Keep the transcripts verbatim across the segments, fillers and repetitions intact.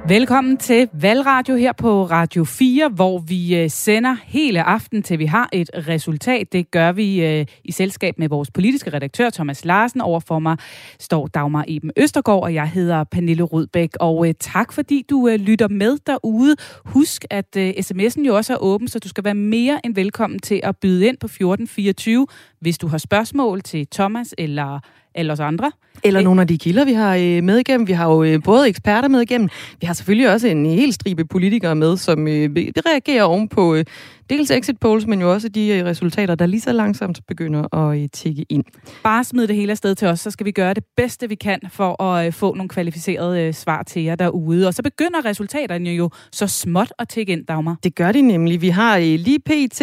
Velkommen til Valgradio her på Radio fire, hvor vi sender hele aften til vi har et resultat. Det gør vi i selskab med vores politiske redaktør Thomas Larsen. Overfor mig står Dagmar Eben Østergaard, og jeg hedder Pernille Rudbæk. Og tak fordi du lytter med derude. Husk, at sms'en jo også er åben, så du skal være mere end velkommen til at byde ind på fjorten fireogtyve, hvis du har spørgsmål til Thomas eller eller os andre. Eller nogle af de kilder, vi har med igennem. Vi har jo både eksperter med igennem. Vi har selvfølgelig også en hel stribe politikere med, som reagerer ovenpå dels exit polls, men jo også de resultater, der lige så langsomt begynder at tikke ind. Bare smid det hele afsted til os, så skal vi gøre det bedste, vi kan for at få nogle kvalificerede svar til jer derude. Og så begynder resultaterne jo så småt at tikke ind, Dagmar. Det gør de nemlig. Vi har lige pt.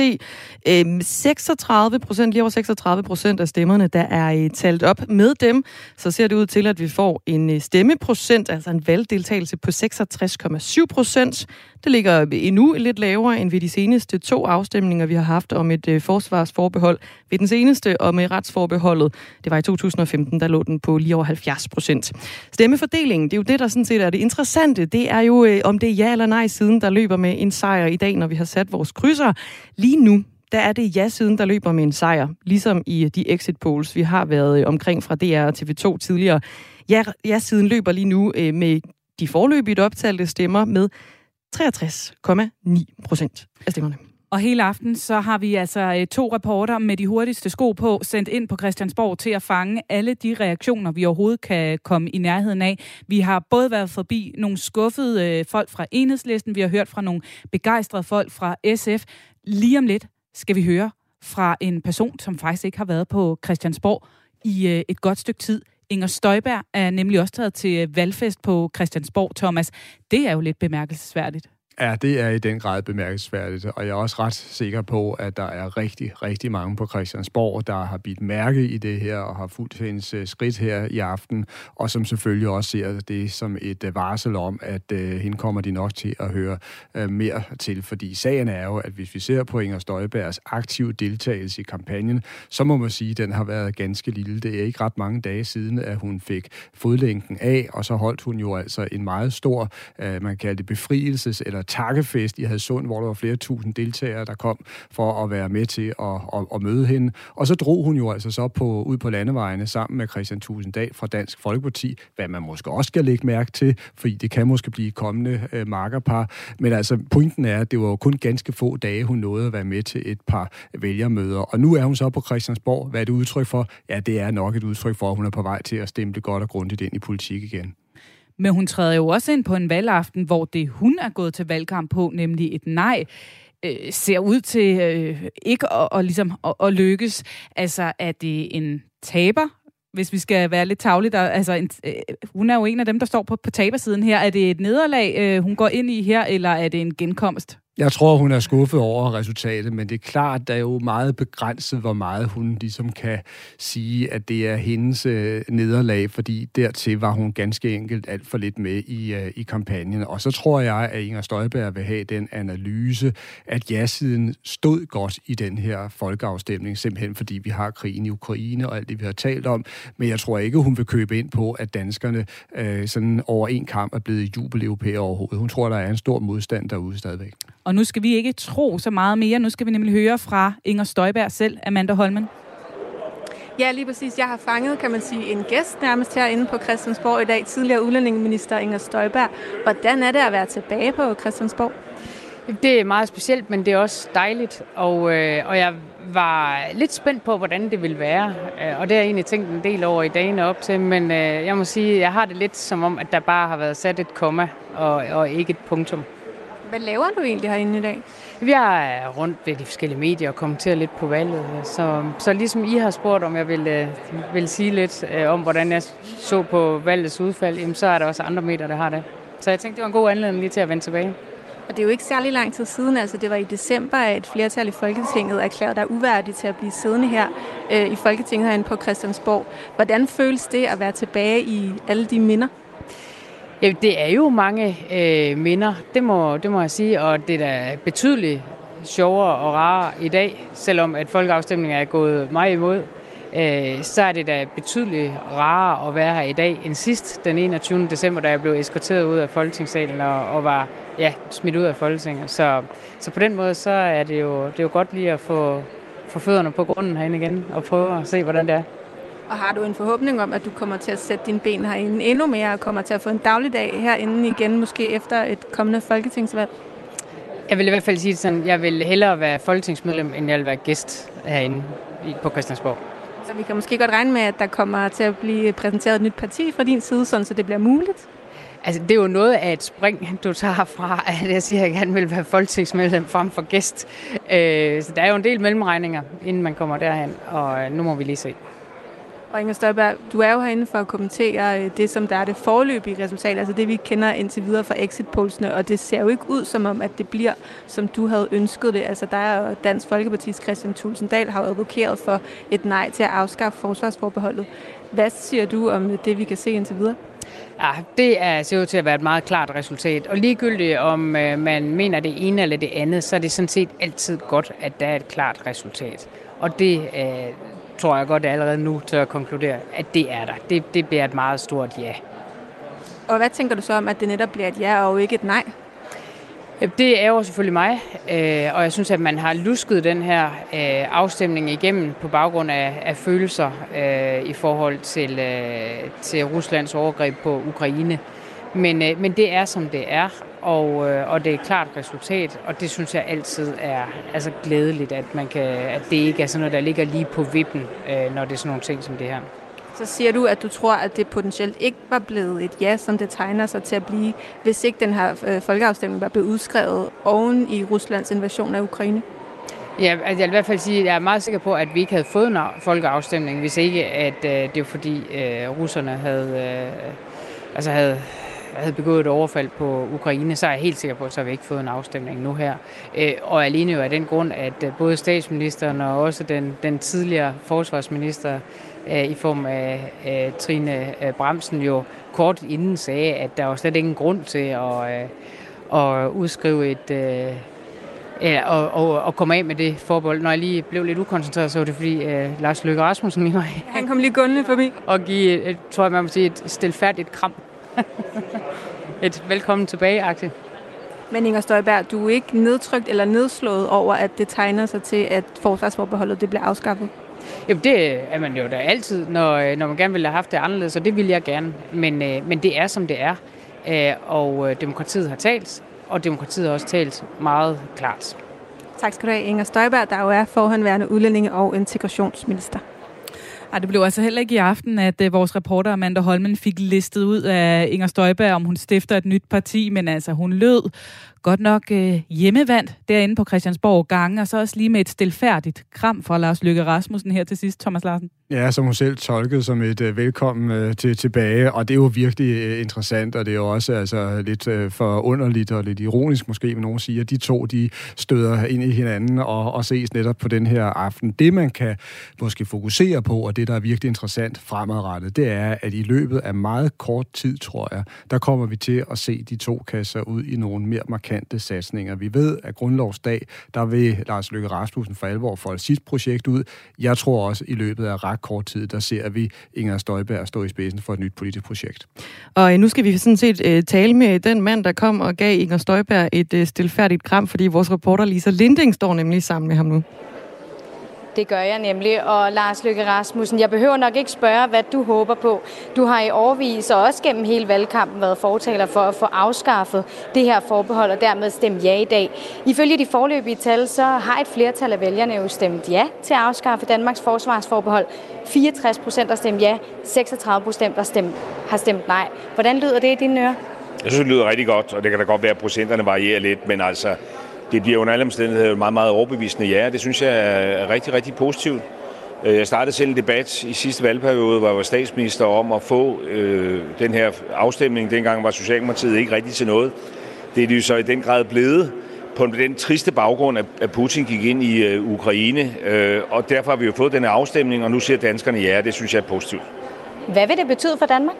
seksogtredive procent, lige over seksogtredive procent af stemmerne, der er talt op med dem. Så ser det ud til, at vi får en stemmeprocent, altså en valgdeltagelse på seksogtres komma syv procent. Det ligger endnu lidt lavere end ved de seneste to afstemninger, vi har haft om et øh, forsvarsforbehold. Ved den seneste om et retsforbeholdet, det var i to tusind og femten, der lå den på lige over halvfjerds procent. Stemmefordelingen, det er jo det, der sådan set er det interessante. Det er jo, øh, om det er ja eller nej siden, der løber med en sejr i dag, når vi har sat vores krydser. Lige nu, der er det ja-siden, der løber med en sejr, ligesom i de exit polls, vi har været omkring fra D R og T V to tidligere. Ja, ja-siden løber lige nu øh, med de foreløbigt optalte stemmer med treogtres komma ni procent af stemmerne. Og hele aften så har vi altså to reporter med de hurtigste sko på sendt ind på Christiansborg til at fange alle de reaktioner, vi overhovedet kan komme i nærheden af. Vi har både været forbi nogle skuffede folk fra Enhedslisten, vi har hørt fra nogle begejstrede folk fra S F. Lige om lidt skal vi høre fra en person, som faktisk ikke har været på Christiansborg i et godt stykke tid. Inger Støjberg er nemlig også taget til valgfest på Christiansborg, Thomas. Det er jo lidt bemærkelsesværdigt. Ja, det er i den grad bemærkelsesværdigt, og jeg er også ret sikker på, at der er rigtig, rigtig mange på Christiansborg, der har bidt mærke i det her og har fulgt hendes skridt her i aften, og som selvfølgelig også ser det som et varsel om, at uh, hende kommer de nok til at høre uh, mere til, fordi sagen er jo, at hvis vi ser på Inger Støjbergs aktive deltagelse i kampagnen, så må man sige, at den har været ganske lille. Det er ikke ret mange dage siden, at hun fik fodlænken af, og så holdt hun jo altså en meget stor, uh, man kalder det befrielses- eller takkefest i Hadsund, hvor der var flere tusind deltagere, der kom for at være med til at, at, at møde hende. Og så drog hun jo altså så på, ud på landevejene sammen med Kristian Thulesen Dahl fra Dansk Folkeparti, hvad man måske også skal lægge mærke til, fordi det kan måske blive kommende øh, markerpar. Men altså, pointen er, at det var jo kun ganske få dage, hun nåede at være med til et par vælgermøder. Og nu er hun så på Christiansborg. Hvad er det udtryk for? Ja, det er nok et udtryk for, at hun er på vej til at stemple godt og grundigt ind i politik igen. Men hun træder jo også ind på en valgaften, hvor det hun er gået til valgkamp på, nemlig et nej, øh, ser ud til øh, ikke at, og ligesom, at, at lykkes. Altså, er det en taber, hvis vi skal være lidt tarvelige? Der, altså, en, øh, hun er jo en af dem, der står på, på tabersiden her. Er det et nederlag, øh, hun går ind i her, eller er det en genkomst? Jeg tror, hun er skuffet over resultatet, men det er klart, der er jo meget begrænset, hvor meget hun ligesom kan sige, at det er hendes øh, nederlag, fordi dertil var hun ganske enkelt alt for lidt med i, øh, i kampagnen. Og så tror jeg, at Inger Støjberg vil have den analyse, at ja-siden stod godt i den her folkeafstemning, simpelthen fordi vi har krigen i Ukraine og alt det, vi har talt om. Men jeg tror ikke, hun vil købe ind på, at danskerne øh, sådan over en kamp er blevet jubeleuropæer overhovedet. Hun tror, der er en stor modstand derude stadigvæk. Og nu skal vi ikke tro så meget mere. Nu skal vi nemlig høre fra Inger Støjberg selv, Amanda Holmen. Ja, lige præcis. Jeg har fanget, kan man sige, en gæst nærmest herinde på Christiansborg i dag, tidligere udlændingeminister Inger Støjberg. Hvordan er det at være tilbage på Christiansborg? Det er meget specielt, men det er også dejligt, og, øh, og jeg var lidt spændt på, hvordan det ville være, og det har jeg egentlig tænkt en del over i dagene op til, men øh, jeg må sige, jeg har det lidt som om, at der bare har været sat et komma og, og ikke et punktum. Hvad laver du egentlig herinde i dag? Jeg er rundt ved de forskellige medier og kommenterer lidt på valget. Så, så ligesom I har spurgt, om jeg vil, vil sige lidt om, hvordan jeg så på valgets udfald, jamen, så er der også andre medier, der har det. Så jeg tænkte, det var en god anledning lige til at vende tilbage. Og det er jo ikke særlig lang tid siden, altså det var i december, at et flertal i Folketinget erklærede dig uværdig til at blive siddende her øh, i Folketinget herinde på Christiansborg. Hvordan føles det at være tilbage i alle de minder? Ja, det er jo mange øh, minder, det må, det må jeg sige, og det er da betydeligt sjovere og rarere i dag, selvom at folkeafstemningen er gået meget imod. øh, så er det da betydeligt rarere at være her i dag end sidst, den enogtyvende december, da jeg blev eskorteret ud af Folketingssalen og, og var ja, smidt ud af Folketinget. Så, så på den måde, så er det jo, det er jo godt lige at få, få fødderne på grunden herinde igen og prøve at se, hvordan det er. Og har du en forhåbning om, at du kommer til at sætte dine ben herinde endnu mere og kommer til at få en dagligdag herinde igen, måske efter et kommende folketingsvalg? Jeg vil i hvert fald sige sådan, jeg vil hellere være folketingsmedlem, end jeg vil være gæst herinde på Christiansborg. Så vi kan måske godt regne med, at der kommer til at blive præsenteret et nyt parti fra din side, sådan så det bliver muligt? Altså, det er jo noget af et spring, du tager fra, at jeg siger, at jeg gerne vil være folketingsmedlem frem for gæst. Så der er jo en del mellemregninger, inden man kommer derhen, og nu må vi lige se. Og Inger Støjberg, du er jo herinde for at kommentere det, som der er det foreløbige resultat, altså det, vi kender indtil videre fra exit-polsene, og det ser jo ikke ud som om, at det bliver, som du havde ønsket det. Altså der er jo Dansk Folkepartis Kristian Thulesen Dahl har jo advokeret for et nej til at afskaffe forsvarsforbeholdet. Hvad siger du om det, vi kan se indtil videre? Ja, det er, ser ud til at være et meget klart resultat. Og ligegyldigt om øh, man mener det ene eller det andet, så er det sådan set altid godt, at der er et klart resultat. Og det øh, tror jeg godt, at allerede nu tør at konkludere, at det er der. Det, det bliver et meget stort ja. Og hvad tænker du så om, at det netop bliver et ja og ikke et nej? Det er jo selvfølgelig mig, og jeg synes, at man har lusket den her afstemning igennem på baggrund af, af følelser i forhold til, til Ruslands overgreb på Ukraine. Men, men det er, som det er, og, og det er et klart resultat, og det synes jeg altid er altså glædeligt, at, man kan, at det ikke er sådan noget, der ligger lige på vippen, når det er sådan nogle ting som det her. Så siger du, at du tror, at det potentielt ikke var blevet et ja, som det tegner sig til at blive, hvis ikke den her øh, folkeafstemning var blevet udskrevet oven i Ruslands invasion af Ukraine? Ja, altså jeg vil i hvert fald sige, at jeg er meget sikker på, at vi ikke havde fået en folkeafstemning, hvis ikke at øh, det var fordi øh, russerne havde, øh, altså havde, havde begået et overfald på Ukraine, så er jeg helt sikker på, at så har vi ikke fået en afstemning nu her. Øh, og alene jo af den grund, at øh, både statsministeren og også den, den tidligere forsvarsminister i form af uh, Trine Bramsen jo kort inden sagde, at der var slet ingen grund til at, uh, at udskrive et uh, ja, og, og, og komme af med det forbehold. Når jeg lige blev lidt ukoncentreret, så var det fordi uh, Lars Løkke Rasmussen lige var han kom lige gående forbi og give, et, tror jeg man må sige, et stilfærdigt kram. Et velkommen tilbage-aktigt. Men Inger Støjberg, du er ikke nedtrykt eller nedslået over, at det tegner sig til, at forsvarsforbeholdet det bliver afskaffet? Jo, det er man jo da altid, når, når man gerne ville have haft det anderledes, og det vil jeg gerne. Men, øh, men det er, som det er, øh, og øh, demokratiet har talt, og demokratiet har også talt meget klart. Tak skal du have, Inger Støjberg, der jo er forhenværende udlændinge- og integrationsminister. Ej, det blev altså heller ikke i aften, at uh, vores reporter Amanda Holmen fik listet ud af Inger Støjberg, om hun stifter et nyt parti, men altså hun lød godt nok uh, hjemmevandt derinde på Christiansborg gange, og så også lige med et stilfærdigt kram fra Lars Løkke Rasmussen her til sidst, Thomas Larsen. Ja, som hun selv tolkede som et uh, velkommen uh, til tilbage, og det er jo virkelig uh, interessant, og det er jo også altså, lidt uh, forunderligt og lidt ironisk måske, men nogen siger, at de to de støder ind i hinanden og, og ses netop på den her aften. Det man kan måske fokusere på, og det der er virkelig interessant fremadrettet, det er, at i løbet af meget kort tid, tror jeg, der kommer vi til at se de to kasser ud i nogle mere markante satsninger. Vi ved, at grundlovsdag, der vil Lars Løkke Rasmussen for alvor folde sit projekt ud. Jeg tror også, i løbet af ret kort tid, der ser vi Inger Støjberg stå i spidsen for et nyt politisk projekt. Og nu skal vi sådan set uh, tale med den mand, der kom og gav Inger Støjberg et uh, stilfærdigt kram, fordi vores reporter Lisa Linding står nemlig sammen med ham nu. Det gør jeg nemlig, og Lars Løkke Rasmussen, jeg behøver nok ikke spørge, hvad du håber på. Du har i årevis og også gennem hele valgkampen været fortaler for at få afskaffet det her forbehold og dermed stemme ja i dag. Ifølge de foreløbige tal, så har et flertal af vælgerne jo stemt ja til at afskaffe Danmarks forsvarsforbehold. fireogtres procent har stemt ja, seksogtredive procent har stemt, har stemt nej. Hvordan lyder det i dine ører? Jeg synes, det lyder rigtig godt, og det kan da godt være, at procenterne varierer lidt, men altså det bliver under alle omstændigheder meget, meget overbevisende ja. Det synes jeg er rigtig, rigtig positivt. Jeg startede selv en debat i sidste valgperiode, hvor jeg var statsminister, om at få øh, den her afstemning. Dengang var Socialdemokratiet ikke rigtig til noget. Det er de jo så i den grad blevet på den triste baggrund, at Putin gik ind i øh, Ukraine. Øh, og derfor har vi jo fået den her afstemning, og nu siger danskerne ja. Det synes jeg er positivt. Hvad vil det betyde for Danmark?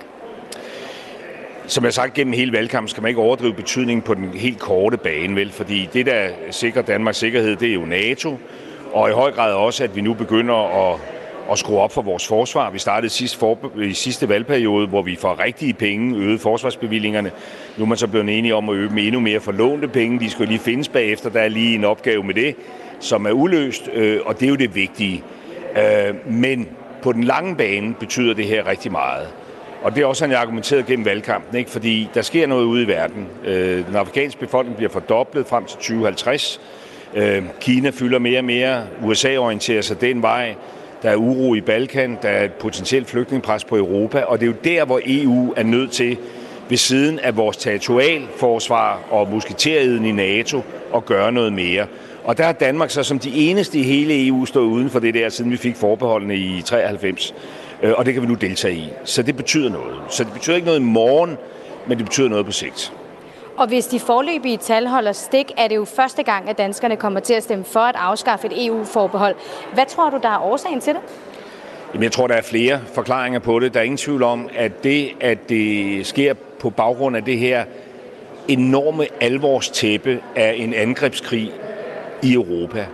Som jeg har sagt gennem hele valgkampen, skal man ikke overdrive betydningen på den helt korte bane, vel? Fordi det, der sikrer Danmarks sikkerhed, det er jo NATO, og i høj grad også, at vi nu begynder at at skrue op for vores forsvar. Vi startede sidste, for, i sidste valgperiode, hvor vi for rigtige penge øgede forsvarsbevillingerne. Nu er man så blevet enige om at øge dem endnu mere for lånte penge. De skal lige findes bagefter. Der er lige en opgave med det, som er uløst, og det er jo det vigtige. Men på den lange bane betyder det her rigtig meget. Og det er også, han har argumenteret gennem valgkampen, ikke? Fordi der sker noget ude i verden. Den afrikanske befolkning bliver fordoblet frem til tyve halvtreds. Kina fylder mere og mere. U S A orienterer sig den vej. Der er uro i Balkan. Der er et potentielt flygtningepres på Europa. Og det er jo der, hvor E U er nødt til, ved siden af vores territorialforsvar og musketereden i NATO, at gøre noget mere. Og der er Danmark så som de eneste i hele E U stået uden for det der, siden vi fik forbeholdene i treoghalvfems. Og det kan vi nu deltage i. Så det betyder noget. Så det betyder ikke noget i morgen, men det betyder noget på sigt. Og hvis de foreløbige tal holder stik, er det jo første gang, at danskerne kommer til at stemme for at afskaffe et E U-forbehold. Hvad tror du, der er årsagen til det? Jamen, jeg tror, der er flere forklaringer på det. Der er ingen tvivl om, at det, at det sker på baggrund af det her enorme alvorstæppe af en angrebskrig i Europa,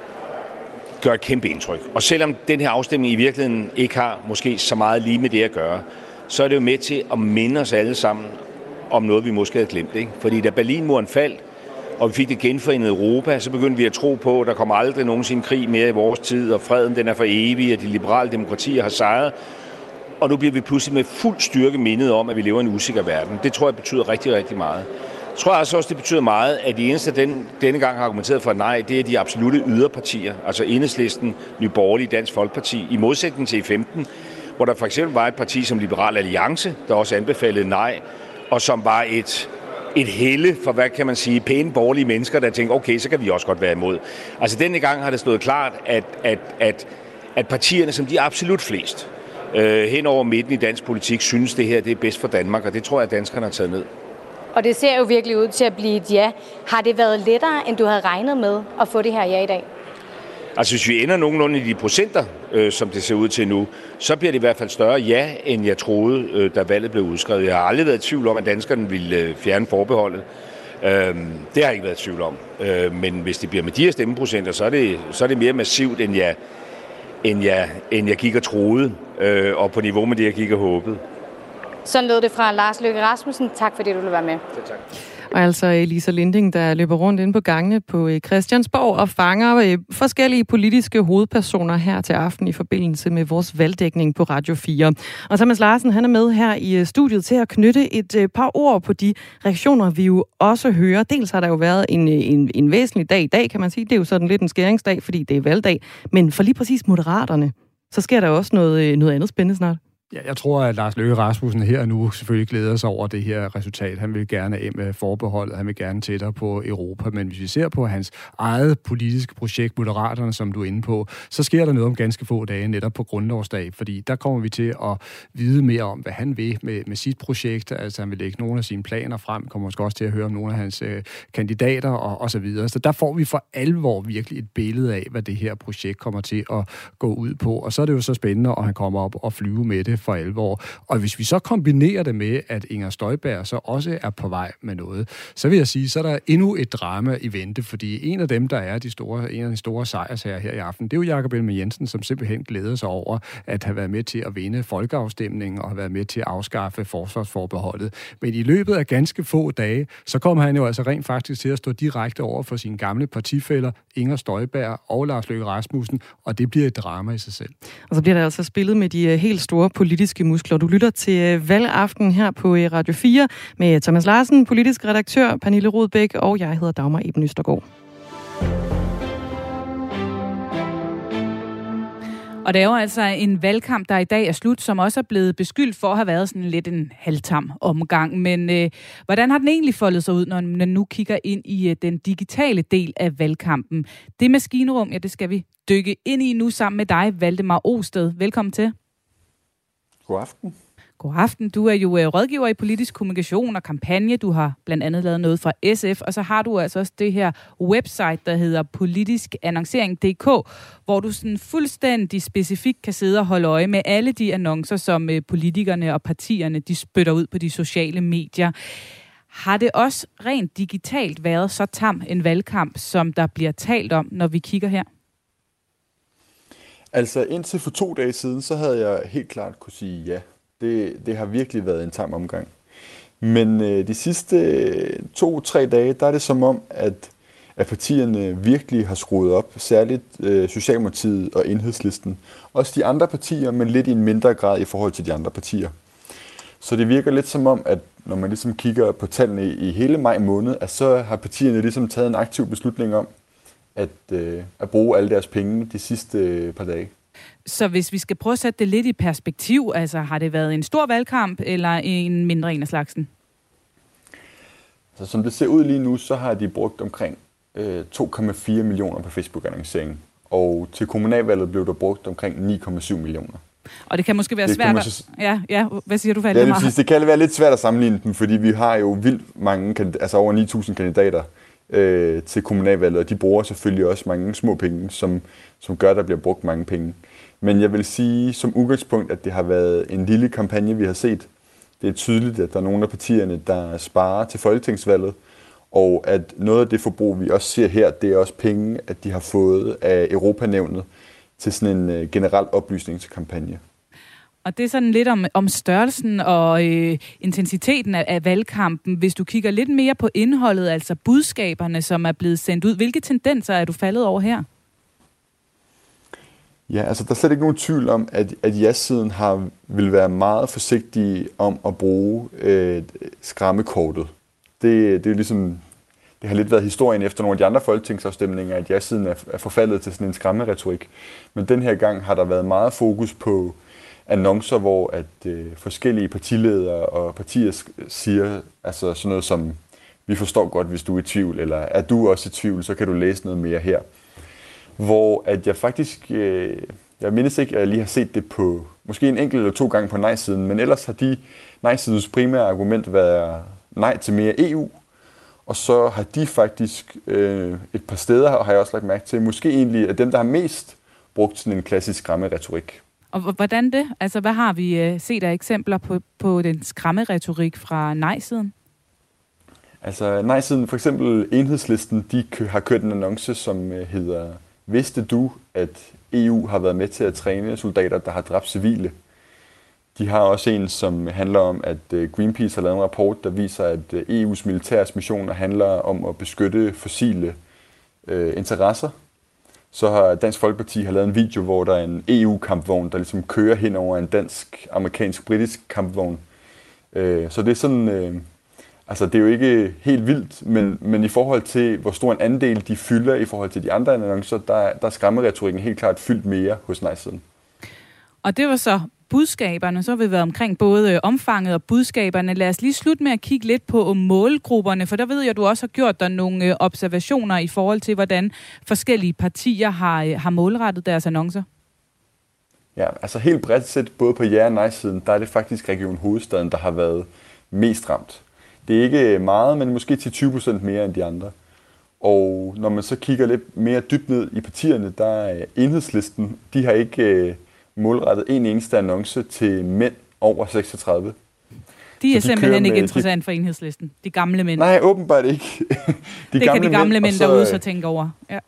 gør et kæmpe indtryk. Og selvom den her afstemning i virkeligheden ikke har måske så meget lige med det at gøre, så er det jo med til at minde os alle sammen om noget, vi måske havde glemt. Ikke? Fordi da Berlinmuren faldt, og vi fik det genforenede Europa, så begyndte vi at tro på, at der kommer aldrig nogensinde krig mere i vores tid, og freden den er for evig, og de liberale demokratier har sejret. Og nu bliver vi pludselig med fuld styrke mindet om, at vi lever i en usikker verden. Det tror jeg betyder rigtig, rigtig meget. Jeg tror altså også, det betyder meget, at de eneste, der den, denne gang har argumenteret for nej, det er de absolutte yderpartier, altså Enhedslisten, Nye Borgerlige, Dansk Folkeparti, i modsætning til i femten, hvor der for eksempel var et parti som Liberal Alliance, der også anbefalede nej, og som var et, et helle for, hvad kan man sige, pæne borgerlige mennesker, der tænkte, okay, så kan vi også godt være imod. Altså denne gang har det stået klart, at, at, at, at partierne, som de er absolut flest, øh, hen over midten i dansk politik, synes det her det er bedst for Danmark, og det tror jeg, at danskerne har taget ned. Og det ser jo virkelig ud til at blive et ja. Har det været lettere, end du havde regnet med at få det her ja i dag? Altså hvis vi ender nogenlunde i de procenter, øh, som det ser ud til nu, så bliver det i hvert fald større ja, end jeg troede, øh, da valget blev udskrevet. Jeg har aldrig været i tvivl om, at danskerne ville øh, fjerne forbeholdet. Øh, det har jeg ikke været i tvivl om. Øh, men hvis det bliver med de her stemmeprocenter, så er det, så er det mere massivt, end jeg, end jeg, end jeg gik og troede, øh, og på niveau med det, jeg gik og håbede. Sådan lød det fra Lars Løkke Rasmussen. Tak fordi du ville være med. Ja, tak. Og altså Lisa Linding, der løber rundt inde på gangene på Christiansborg og fanger forskellige politiske hovedpersoner her til aften i forbindelse med vores valgdækning på Radio fire. Og Thomas Larsen, han er med her i studiet til at knytte et par ord på de reaktioner, vi jo også hører. Dels har der jo været en, en, en væsentlig dag i dag, kan man sige. Det er jo sådan lidt en skæringsdag, fordi det er valgdag. Men for lige præcis Moderaterne, så sker der også noget, noget andet spændende snart. Ja, jeg tror, at Lars Løkke Rasmussen her nu selvfølgelig glæder sig over det her resultat. Han vil gerne af med forbeholdet, han vil gerne tættere på Europa, men hvis vi ser på hans eget politiske projekt, Moderaterne, som du er inde på, så sker der noget om ganske få dage, netop på grundlovsdag, fordi der kommer vi til at vide mere om, hvad han vil med, med sit projekt. Altså han vil lægge nogle af sine planer frem, kommer måske også til at høre om nogle af hans øh, kandidater og, og så videre. Så der får vi for alvor virkelig et billede af, hvad det her projekt kommer til at gå ud på, og så er det jo så spændende, at han kommer op og flyve med det for alvor. Og hvis vi så kombinerer det med, at Inger Støjberg så også er på vej med noget, så vil jeg sige, så er der endnu et drama i vente, fordi en af dem, der er de store, en af de store sejrsherrer her i aften, det er jo Jakob Ellemann-Jensen, som simpelthen glæder sig over at have været med til at vinde folkeafstemningen og have været med til at afskaffe forsvarsforbeholdet. Men i løbet af ganske få dage, så kommer han jo altså rent faktisk til at stå direkte over for sine gamle partifæller, Inger Støjberg og Lars Løkke Rasmussen, og det bliver et drama i sig selv. Og så bliver der altså spillet med de helt store politiske muskler. Du lytter til valgaften her på Radio fire med Thomas Larsen, politisk redaktør, Pernille Rodbæk, og jeg hedder Dagmar Eben Østergaard. Og det er jo altså en valgkamp, der i dag er slut, som også er blevet beskyldt for at have været sådan lidt en halvtam omgang. Men øh, hvordan har den egentlig foldet sig ud, når man nu kigger ind i øh, den digitale del af valgkampen? Det maskinrum, ja, det skal vi dykke ind i nu sammen med dig, Valdemar Osted. Velkommen til. God aften. God aften. Du er jo rådgiver i politisk kommunikation og kampagne. Du har blandt andet lavet noget fra S F, og så har du altså også det her website, der hedder politisk annoncering punktum d k, hvor du sådan fuldstændig specifikt kan sidde og holde øje med alle de annoncer, som politikerne og partierne de spytter ud på de sociale medier. Har det også rent digitalt været så tam en valgkamp, som der bliver talt om, når vi kigger her? Altså indtil for to dage siden, så havde jeg helt klart kunne sige ja. Det, det har virkelig været en tam omgang. Men øh, de sidste to-tre dage, der er det som om, at, at partierne virkelig har skruet op. Særligt øh, Socialdemokratiet og Enhedslisten. Også de andre partier, men lidt i en mindre grad i forhold til de andre partier. Så det virker lidt som om, at når man ligesom kigger på tallene i, i hele maj måned, at så har partierne ligesom taget en aktiv beslutning om, at, øh, at bruge alle deres penge de sidste øh, par dage. Så hvis vi skal prøve at sætte det lidt i perspektiv, altså har det været en stor valgkamp eller en mindre en af slagsen? Så som det ser ud lige nu, så har de brugt omkring øh, to komma fire millioner på Facebook-annoncering. Og til kommunalvalget blev der brugt omkring ni komma syv millioner. Og det kan måske være det svært så... at... Ja, ja, hvad siger du, Valdemar? Ja, det, det kan være lidt svært at sammenligne dem, fordi vi har jo vildt mange, altså over ni tusind kandidater øh, til kommunalvalget, og de bruger selvfølgelig også mange små penge, som, som gør, at der bliver brugt mange penge. Men jeg vil sige som udgangspunkt, at det har været en lille kampagne, vi har set. Det er tydeligt, at der er nogle af partierne, der sparer til folketingsvalget, og at noget af det forbrug, vi også ser her, det er også penge, at de har fået af Europanævnet til sådan en uh, generel oplysningskampagne. Og det er sådan lidt om, om størrelsen og øh, intensiteten af, af valgkampen. Hvis du kigger lidt mere på indholdet, altså budskaberne, som er blevet sendt ud, hvilke tendenser er du faldet over her? Ja, altså der er slet ikke nogen tvivl om, at, at ja-siden har, vil være meget forsigtige om at bruge øh, skræmmekortet. Det, det er ligesom, det har lidt været historien efter nogle af de andre folketingsafstemninger, at ja-siden er, er forfaldet til sådan en skræmmeretorik. Men den her gang har der været meget fokus på annoncer, hvor at øh, forskellige partiledere og partier siger altså sådan noget som, vi forstår godt, hvis du er i tvivl, eller er du også i tvivl, så kan du læse noget mere her. Hvor at jeg faktisk, øh, jeg mindes ikke, at jeg lige har set det på, måske en enkelt eller to gange på nej-siden, men ellers har de nej-sidens primære argument været nej til mere E U, og så har de faktisk øh, et par steder, har jeg også lagt mærke til, måske egentlig er dem, der har mest brugt sådan en klassisk skræmmeretorik. Og hvordan det? Altså, hvad har vi øh, set af eksempler på, på den skræmmeretorik fra nej-siden? Altså, nej-siden, for eksempel Enhedslisten, de har kørt en annonce, som hedder, vidste du, at E U har været med til at træne soldater, der har dræbt civile? De har også en, som handler om, at Greenpeace har lavet en rapport, der viser, at E U's militærs missioner handler om at beskytte fossile øh, interesser. Så har Dansk Folkeparti har lavet en video, hvor der er en E U-kampvogn, der ligesom kører hen over en dansk, amerikansk, britisk kampvogn. Øh, så det er sådan, øh, altså det er jo ikke helt vildt, men, men i forhold til, hvor stor en andel de fylder i forhold til de andre annoncer, der, der er skræmmeretorikken helt klart fyldt mere hos nej-siden. Og det var så budskaberne, så har vi været omkring både omfanget og budskaberne. Lad os lige slutte med at kigge lidt på målgrupperne, for der ved jeg, at du også har gjort dig nogle observationer i forhold til, hvordan forskellige partier har, har målrettet deres annoncer. Ja, altså helt bredt set, både på ja- og nej-siden, der er det faktisk Region Hovedstaden, der har været mest ramt. Det er ikke meget, men måske til tyve procent mere end de andre. Og når man så kigger lidt mere dybt ned i partierne, der er Enhedslisten, de har ikke målrettet en eneste annonce til mænd over seksogtredive. De er de simpelthen ikke med, interessant de... for Enhedslisten. De gamle mænd. Nej, åbenbart ikke. de det gamle kan de gamle mænd, mænd så, derude så tænke over. Ja.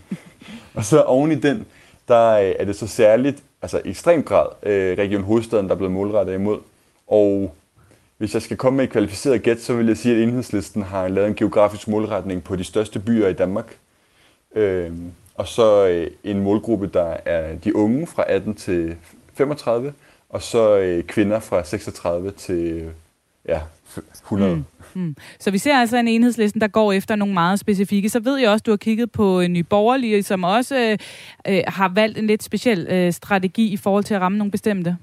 Og så oven i den, der er det så særligt, altså i ekstrem grad, øh, Region Hovedstaden, der er blevet målrettet imod. Og hvis jeg skal komme med et kvalificeret gæt, så vil jeg sige, at Enhedslisten har lavet en geografisk målretning på de største byer i Danmark. Øh, Og så øh, en målgruppe, der er de unge fra atten til femogtredive, og så øh, kvinder fra seksogtredive til ja, hundrede. Mm. Mm. Så vi ser altså en Enhedslisten, der går efter nogle meget specifikke. Så ved jeg også, at du har kigget på Nye Borgerlige, som også øh, har valgt en lidt speciel øh, strategi i forhold til at ramme nogle bestemte.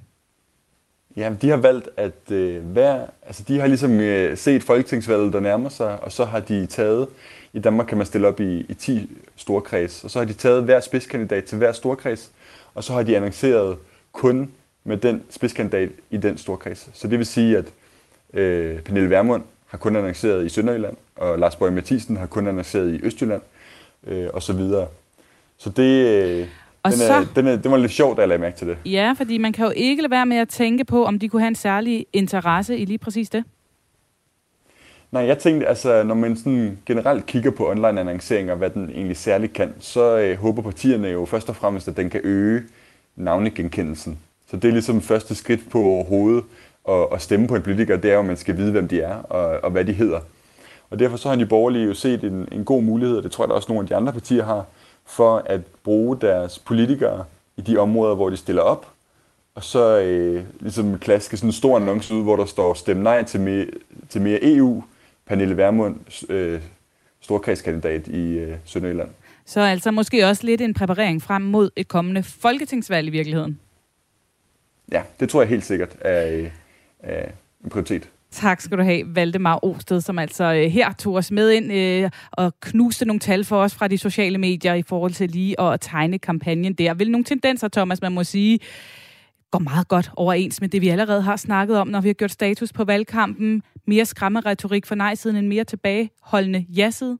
Ja, de har valgt at øh, være, altså de har ligesom øh, set folketingsvalget, der nærmer sig, og så har de taget, i Danmark kan man stille op i, i ti storkreds, og så har de taget hver spidskandidat til hver storkreds, og så har de annonceret kun med den spidskandidat i den storkreds. Så det vil sige, at øh, Pernille Vermund har kun annonceret i Sønderjylland, og Lars Boje Mathiesen har kun annonceret i Østjylland, øh, og så videre. Så det... Øh, Og den, så, er, den er, det var lidt sjovt, at jeg lagde mærke til det. Ja, fordi man kan jo ikke lade være med at tænke på, om de kunne have en særlig interesse i lige præcis det. Nej, jeg tænkte, altså, når man sådan generelt kigger på online annonceringer, hvad den egentlig særligt kan, så øh, håber partierne jo først og fremmest, at den kan øge navnegenkendelsen. Så det er ligesom første skridt på overhovedet at, at stemme på en politiker, det er jo, at man skal vide, hvem de er og, og hvad de hedder. Og derfor så har de borgerlige jo set en, en god mulighed, og det tror jeg da også nogle af de andre partier har, for at bruge deres politikere i de områder, hvor de stiller op, og så øh, ligesom klaske sådan en stor annonce ud, hvor der står stem nej til mere, til mere E U, Pernille Vermund, øh, storkredskandidat i øh, Sønderjylland. Så altså måske også lidt en præparering frem mod et kommende folketingsvalg i virkeligheden? Ja, det tror jeg helt sikkert er, er en prioritet. Tak skal du have, Valdemar Osted, som altså øh, her tog os med ind øh, og knuste nogle tal for os fra de sociale medier i forhold til lige at tegne kampagnen der. Vil nogle tendenser, Thomas, man må sige, går meget godt overens med det, vi allerede har snakket om, når vi har gjort status på valgkampen. Mere skræmmeretorik for nej-siden, en mere tilbageholdende ja-side?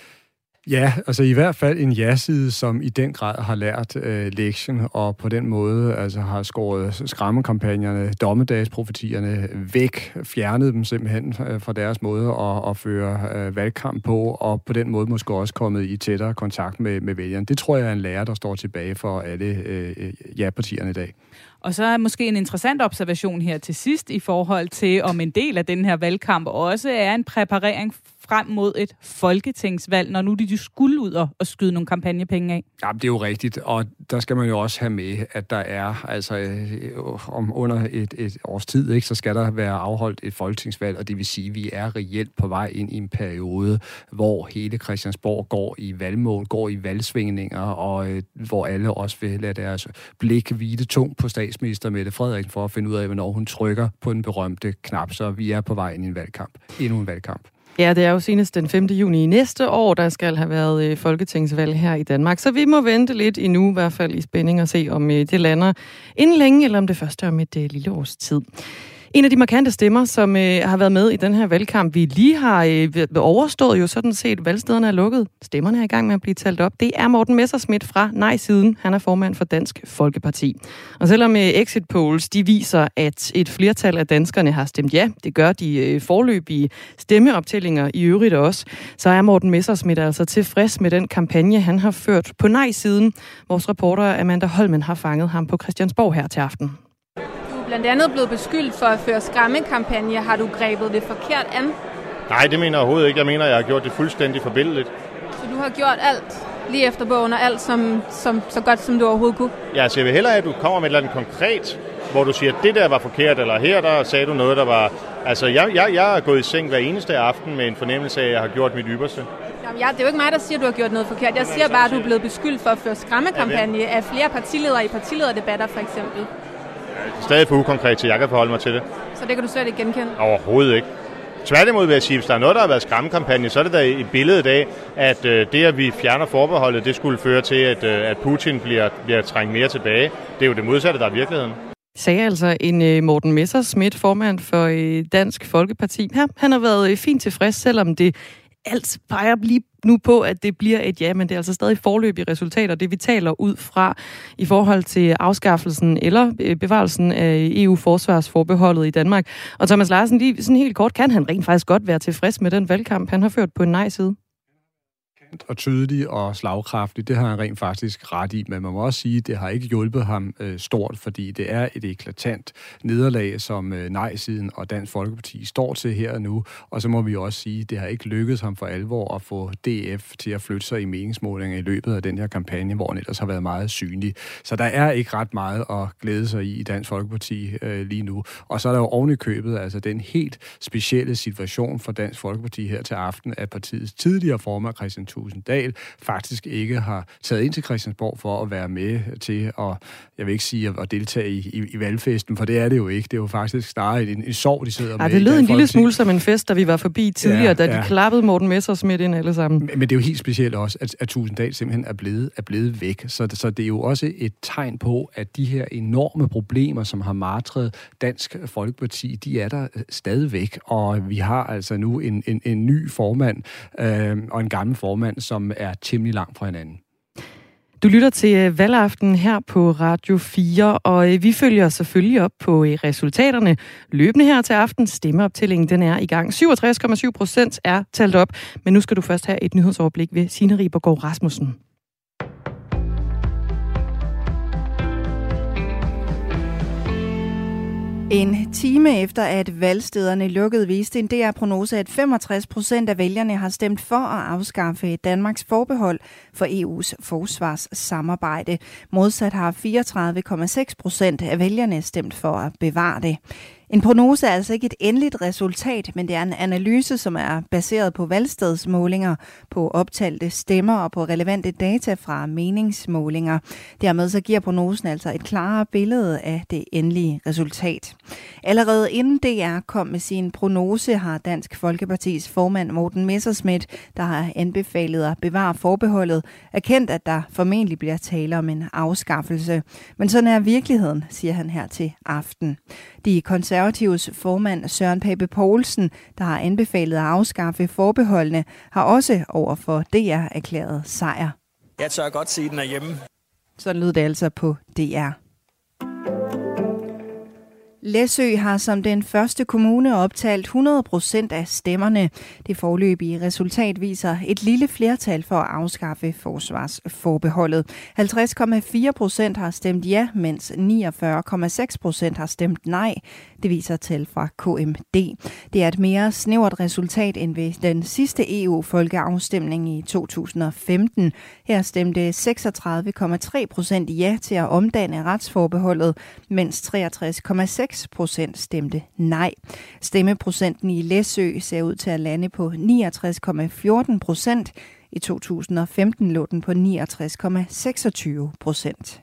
Ja, altså i hvert fald en ja-side, som i den grad har lært øh, lektion, og på den måde altså har skåret skræmmekampagnerne, dommedagsprofetierne væk, fjernet dem simpelthen øh, fra deres måde at, at føre øh, valgkamp på, og på den måde måske også kommet i tættere kontakt med, med vælgerne. Det tror jeg er en lære, der står tilbage for alle øh, ja-partierne i dag. Og så er måske en interessant observation her til sidst i forhold til, om en del af den her valgkamp også er en præparering frem mod et folketingsvalg, når nu de skulle ud og skyde nogle kampagnepenge af. Ja, det er jo rigtigt, og der skal man jo også have med, at der er, altså øh, om under et, et års tid, ikke, så skal der være afholdt et folketingsvalg, og det vil sige, at vi er reelt på vej ind i en periode, hvor hele Christiansborg går i valgmål, går i valgsvingninger, og øh, hvor alle også vil lade deres blik hvile tungt på statsminister Mette Frederiksen for at finde ud af, hvornår hun trykker på den berømte knap, så vi er på vej ind i en valgkamp. Endnu en valgkamp. Ja, det er jo senest den femte juni næste år, der skal have været øh, folketingsvalg her i Danmark. Så vi må vente lidt endnu, i hvert fald i spænding, og se, om øh, det lander inden længe, eller om det først er om et øh, lille års tid. En af de markante stemmer, som øh, har været med i den her valgkamp, vi lige har øh, overstået, jo sådan set, valgstederne er lukket, stemmerne er i gang med at blive talt op, det er Morten Messerschmidt fra Nej-siden. Han er formand for Dansk Folkeparti. Og selvom øh, exit polls, de viser, at et flertal af danskerne har stemt ja, det gør de øh, forløbige stemmeoptællinger i øvrigt også, så er Morten Messerschmidt altså tilfreds med den kampagne, han har ført på Nej-siden. Vores reporter Amanda Holmen har fanget ham på Christiansborg her til aften. Blandt andet blevet beskyldt for at føre skræmmekampagne. Har du grebet det forkert an? Nej, det mener jeg overhovedet ikke. Jeg mener, jeg har gjort det fuldstændig forbilledeligt. Så du har gjort alt lige efter bogen og alt som, som, så godt, som du overhovedet kunne? Ja, så jeg vil hellere, at du kommer med et eller andet konkret, hvor du siger, at det der var forkert, eller her der sagde du noget, der var... Altså, jeg, jeg, jeg er gået i seng hver eneste aften med en fornemmelse af, at jeg har gjort mit ypperste. Jamen, ja, det er jo ikke mig, der siger, at du har gjort noget forkert. Jeg siger bare, at du er blevet beskyldt for at føre skræmmekampagne af flere partiledere i partilederdebatter, for eksempel. Stadig for ukonkret, så jeg kan forholde mig til det. Så det kan du slet ikke genkende? Overhovedet ikke. Tværtimod vil jeg sige, hvis der er noget, der har været skræmmekampagne, så er det da et billede af, at øh, det, at vi fjerner forbeholdet, det skulle føre til, at, øh, at Putin bliver, bliver trængt mere tilbage. Det er jo det modsatte, der er virkeligheden. Sagde altså en øh, Morten Messerschmidt, formand for øh, Dansk Folkeparti. Her, han har været øh, fint tilfreds, selvom det alt peger lige nu på, at det bliver et ja, men det er altså stadig forløbige resultater, det vi taler ud fra i forhold til afskaffelsen eller bevarelsen af E U-forsvarsforbeholdet i Danmark. Og Thomas Larsen, lige sådan helt kort, kan han rent faktisk godt være tilfreds med den valgkamp, han har ført på en nej-side? Og tydelig og slagkraftig, det har han rent faktisk ret i, men man må også sige, at det har ikke hjulpet ham øh, stort, fordi det er et eklatant nederlag, som øh, nej-siden og Dansk Folkeparti står til her og nu, og så må vi også sige, at det har ikke lykkedes ham for alvor at få D F til at flytte sig i meningsmålinger i løbet af den her kampagne, hvor han ellers har været meget synlig. Så der er ikke ret meget at glæde sig i i Dansk Folkeparti øh, lige nu. Og så er der jo oven i købet, altså den helt specielle situation for Dansk Folkeparti her til aften, at partiets tidligere formand, Kristian Thulesen Dahl, faktisk ikke har taget ind til Christiansborg for at være med til at, jeg vil ikke sige at deltage i, i, i valgfesten, for det er det jo ikke. Det er jo faktisk snarere en, en sorg, de sidder Ej, med. Det lød en lille smule som en fest, da vi var forbi tidligere, ja, da de ja. klappede Morten Messerschmidt ind alle sammen. Men, men det er jo helt specielt også, at, at Thulesen Dahl simpelthen er blevet, er blevet væk. Så, så det er jo også et tegn på, at de her enorme problemer, som har martret Dansk Folkeparti, de er der stadigvæk. Og vi har altså nu en, en, en ny formand øh, og en gammel formand, som er temmelig langt fra hinanden. Du lytter til valgaften her på Radio fire, og vi følger selvfølgelig op på resultaterne løbende her til aften. Stemmeoptællingen den er i gang. syvogtres komma syv procent er talt op, men nu skal du først have et nyhedsoverblik ved Signe Ribergaard Rasmussen. En time efter, at valgstederne lukkede, viste en D R-prognose, at femogtres procent af vælgerne har stemt for at afskaffe Danmarks forbehold for E U's forsvarssamarbejde. Modsat har fireogtredive komma seks procent af vælgerne stemt for at bevare det. En prognose er altså ikke et endeligt resultat, men det er en analyse, som er baseret på valgstedsmålinger, på optalte stemmer og på relevante data fra meningsmålinger. Dermed så giver prognosen altså et klarere billede af det endelige resultat. Allerede inden D R kom med sin prognose, har Dansk Folkepartis formand Morten Messerschmidt, der har anbefalet at bevare forbeholdet, erkendt, at der formentlig bliver tale om en afskaffelse. Men sådan er virkeligheden, siger han her til aften. De konservatives formand Søren Pape Poulsen, der har anbefalet at afskaffe forbeholdene, har også overfor D R erklæret sejr. Jeg tør godt sige, den er hjemme. Sådan lød det altså på D R. Læsø har som den første kommune optalt hundrede procent af stemmerne. Det foreløbige resultat viser et lille flertal for at afskaffe forsvarsforbeholdet. halvtreds komma fire procent har stemt ja, mens niogfyrre komma seks procent har stemt nej. Det viser tal fra K M D. Det er et mere snævert resultat end ved den sidste E U-folkeafstemning i to tusind og femten. Her stemte seksogtredive komma tre procent ja til at omdanne retsforbeholdet, mens treogtres komma seks procent stemte nej. Stemmeprocenten i Læsø ser ud til at lande på niogtres komma fjorten procent. I to tusind og femten lå den på niogtres komma seksogtyve procent.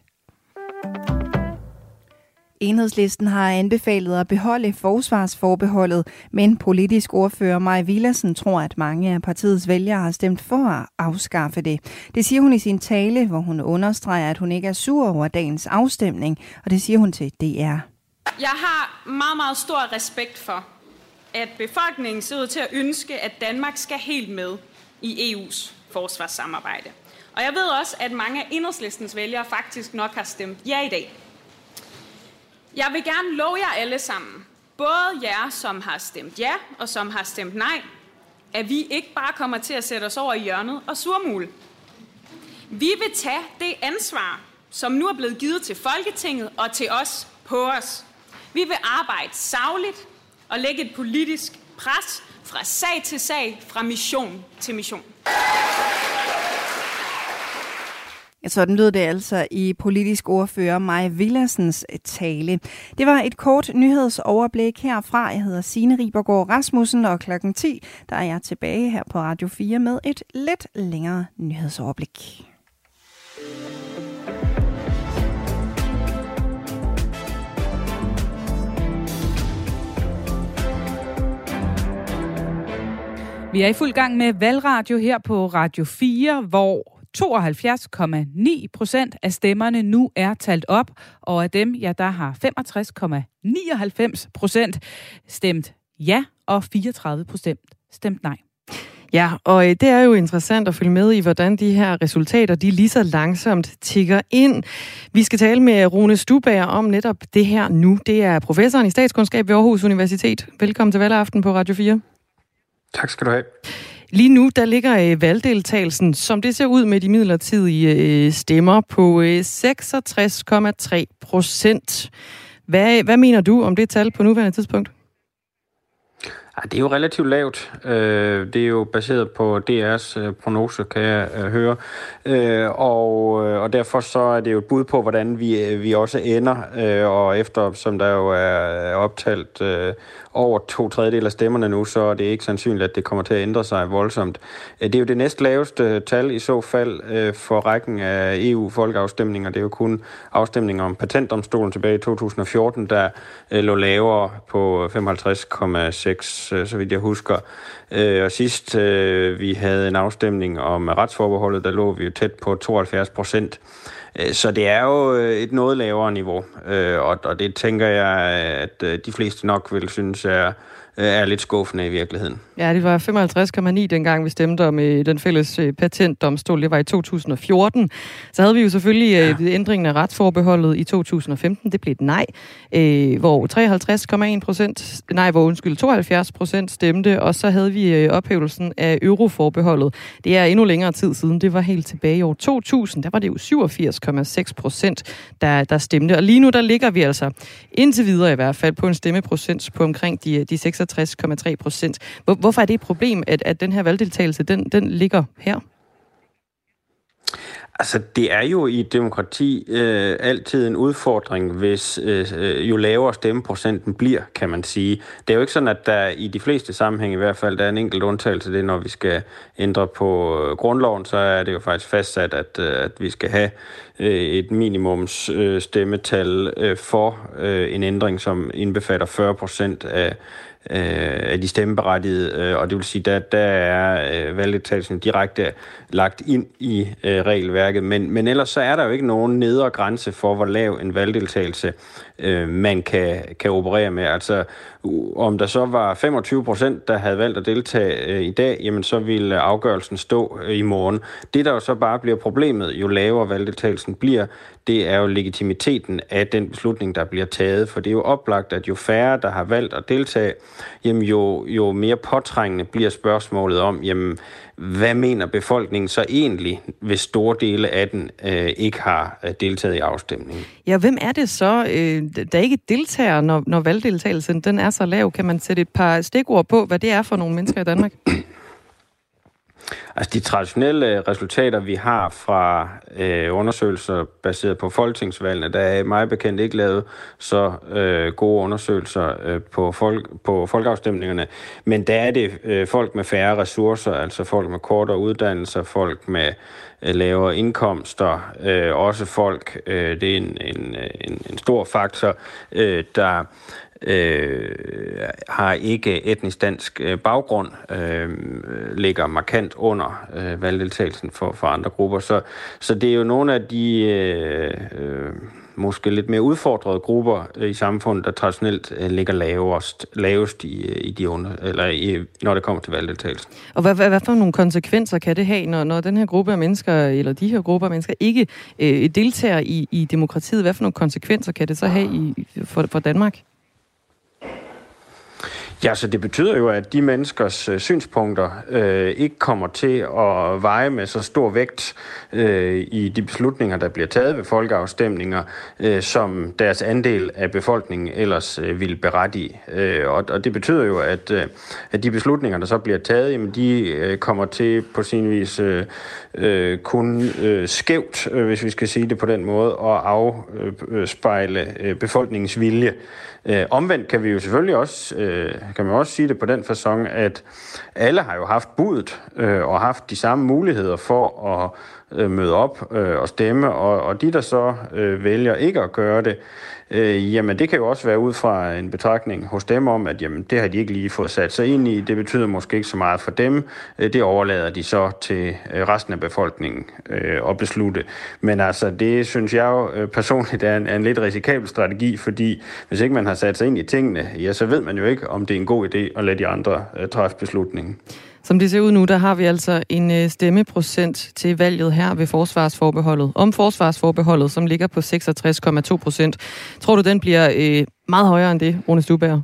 Enhedslisten har anbefalet at beholde forsvarsforbeholdet, men politisk ordfører Mai Villadsen tror, at mange af partiets vælgere har stemt for at afskaffe det. Det siger hun i sin tale, hvor hun understreger, at hun ikke er sur over dagens afstemning, og det siger hun til D R. Jeg har meget, meget stor respekt for, at befolkningen ser ud til at ønske, at Danmark skal helt med i E U's forsvarssamarbejde. Og jeg ved også, at mange af Enhedslistens vælgere faktisk nok har stemt ja i dag. Jeg vil gerne love jer alle sammen, både jer, som har stemt ja og som har stemt nej, at vi ikke bare kommer til at sætte os over i hjørnet og surmule. Vi vil tage det ansvar, som nu er blevet givet til Folketinget og til os på os. Vi vil arbejde sagligt og lægge et politisk pres fra sag til sag, fra mission til mission. Ja, sådan lød det altså i politisk ordfører Mai Villadsens tale. Det var et kort nyhedsoverblik herfra. Jeg hedder Signe Ribergaard Rasmussen, og klokken ti, der er jeg tilbage her på Radio fire med et lidt længere nyhedsoverblik. Vi er i fuld gang med valgradio her på Radio fire, hvor tooghalvfjerds komma ni procent af stemmerne nu er talt op, og af dem, ja, der har femogtres komma nioghalvfems procent stemt ja, og fireogtredive procent stemt nej. Ja, og det er jo interessant at følge med i, hvordan de her resultater, de lige så langsomt tikker ind. Vi skal tale med Rune Stubager om netop det her nu. Det er professoren i statskundskab ved Aarhus Universitet. Velkommen til Valgaften på Radio fire. Tak skal du have. Lige nu, der ligger øh, valgdeltagelsen, som det ser ud med de midlertidige øh, stemmer, på øh, seksogtres komma tre procent. Hvad, hvad mener du om det tal på nuværende tidspunkt? Det er jo relativt lavt. Det er jo baseret på D R's prognose, kan jeg høre. Og, og derfor så er det jo et bud på, hvordan vi, vi også ender. Og efter, som der jo er optalt over to tredjedel af stemmerne nu, så er det ikke sandsynligt, at det kommer til at ændre sig voldsomt. Det er jo det næstlaveste tal i så fald for rækken af E U-folkeafstemninger. Det er jo kun afstemninger om patentdomstolen tilbage i to tusind og fjorten, der lå lavere på femoghalvtreds komma seks, så vidt jeg husker. Og sidst vi havde en afstemning om retsforbeholdet, der lå vi jo tæt på tooghalvfjerds procent. Så det er jo et noget lavere niveau, og det tænker jeg, at de fleste nok vil synes er øh, er lidt skuffende i virkeligheden. Ja, det var femoghalvtreds komma ni dengang vi stemte om øh, den fælles øh, patentdomstol. Det var i to tusind og fjorten. Så havde vi jo selvfølgelig øh, ændringen af retsforbeholdet i to tusind og femten. Det blev et nej, øh, hvor treoghalvtreds komma en procent, nej, hvor undskyld, tooghalvfjerds procent stemte, og så havde vi øh, ophævelsen af euroforbeholdet. Det er endnu længere tid siden. Det var helt tilbage i år to tusind. Der var det jo syvogfirs komma seks procent, der, der stemte. Og lige nu, der ligger vi altså indtil videre i hvert fald på en stemmeprocent på omkring de, de seksogtres komma tre procent. Hvor, hvorfor er det et problem, at, at den her valgdeltagelse, den, den ligger her? Altså, det er jo i et demokrati øh, altid en udfordring, hvis øh, jo lavere stemmeprocenten bliver, kan man sige. Det er jo ikke sådan, at der i de fleste sammenhæng i hvert fald, der er en enkelt undtagelse. Det når vi skal ændre på øh, grundloven, så er det jo faktisk fastsat, at, øh, at vi skal have øh, et minimums øh, stemmetal øh, for øh, en ændring, som indbefatter fyrre procent af af de stemmeberettigede, og det vil sige, at der, der er valgdeltagelsen direkte lagt ind i øh, regelværket, men, men ellers så er der jo ikke nogen nedre grænse for, hvor lav en valgdeltagelse øh, man kan, kan operere med. Altså, om der så var femogtyve procent, der havde valgt at deltage øh, i dag, jamen så ville afgørelsen stå øh, i morgen. Det, der jo så bare bliver problemet, jo lavere valgdeltagelsen bliver, det er jo legitimiteten af den beslutning, der bliver taget, for det er jo oplagt, at jo færre, der har valgt at deltage, jamen jo, jo mere påtrængende bliver spørgsmålet om, jamen, hvad mener befolkningen så egentlig, hvis store dele af den øh, ikke har øh, deltaget i afstemningen? Ja, hvem er det så, øh, der ikke deltager, når, når valgdeltagelsen den er så lav? Kan man sætte et par stikord på, hvad det er for nogle mennesker i Danmark? Altså de traditionelle resultater, vi har fra øh, undersøgelser baseret på folketingsvalgene, der er meget bekendt ikke lavet så øh, gode undersøgelser øh, på, folk, på folkeafstemningerne. Men der er det øh, folk med færre ressourcer, altså folk med kortere uddannelser, folk med øh, lavere indkomster, øh, også folk, øh, det er en, en, en, en stor faktor, øh, der Øh, har ikke etnisk dansk øh, baggrund, øh, ligger markant under øh, valgdeltagelsen for, for andre grupper. Så, så det er jo nogle af de øh, øh, måske lidt mere udfordrede grupper øh, i samfundet, der traditionelt øh, ligger lavest, lavest i, i de under, eller i, når det kommer til valgdeltagelsen. Og hvad, hvad, hvad for nogle konsekvenser kan det have, når, når den her gruppe af mennesker, eller de her grupper af mennesker, ikke øh, deltager i, i demokratiet? Hvad for nogle konsekvenser kan det så have i, for, for Danmark? Ja, så det betyder jo, at de menneskers øh, synspunkter øh, ikke kommer til at veje med så stor vægt øh, i de beslutninger, der bliver taget ved folkeafstemninger, øh, som deres andel af befolkningen ellers øh, vil berettige. Øh, og, og det betyder jo, at, øh, at de beslutninger, der så bliver taget, jamen, de øh, kommer til på sin vis øh, øh, kun øh, skævt, øh, hvis vi skal sige det på den måde, og afspejle øh, befolkningens vilje. Øh, omvendt kan vi jo selvfølgelig også, øh, kan man også sige det på den facon, at alle har jo haft budet øh, og haft de samme muligheder for at øh, møde op øh, og stemme, og, og de, der så øh, vælger ikke at gøre det, øh, jamen det kan jo også være ud fra en betragtning hos dem om, at jamen, det har de ikke lige fået sat sig ind i, det betyder måske ikke så meget for dem, øh, det overlader de så til øh, resten af befolkningen øh, at beslutte. Men altså, det synes jeg jo øh, personligt er en, er en lidt risikabel strategi, fordi hvis ikke man har sat sig ind i tingene, ja, så ved man jo ikke, om det er en god idé at lade de andre øh, træffe beslutningen. Som det ser ud nu, der har vi altså en stemmeprocent til valget her ved forsvarsforbeholdet. Om forsvarsforbeholdet, som ligger på seksogtres komma to procent. Tror du, den bliver øh, meget højere end det, Rune Stubager?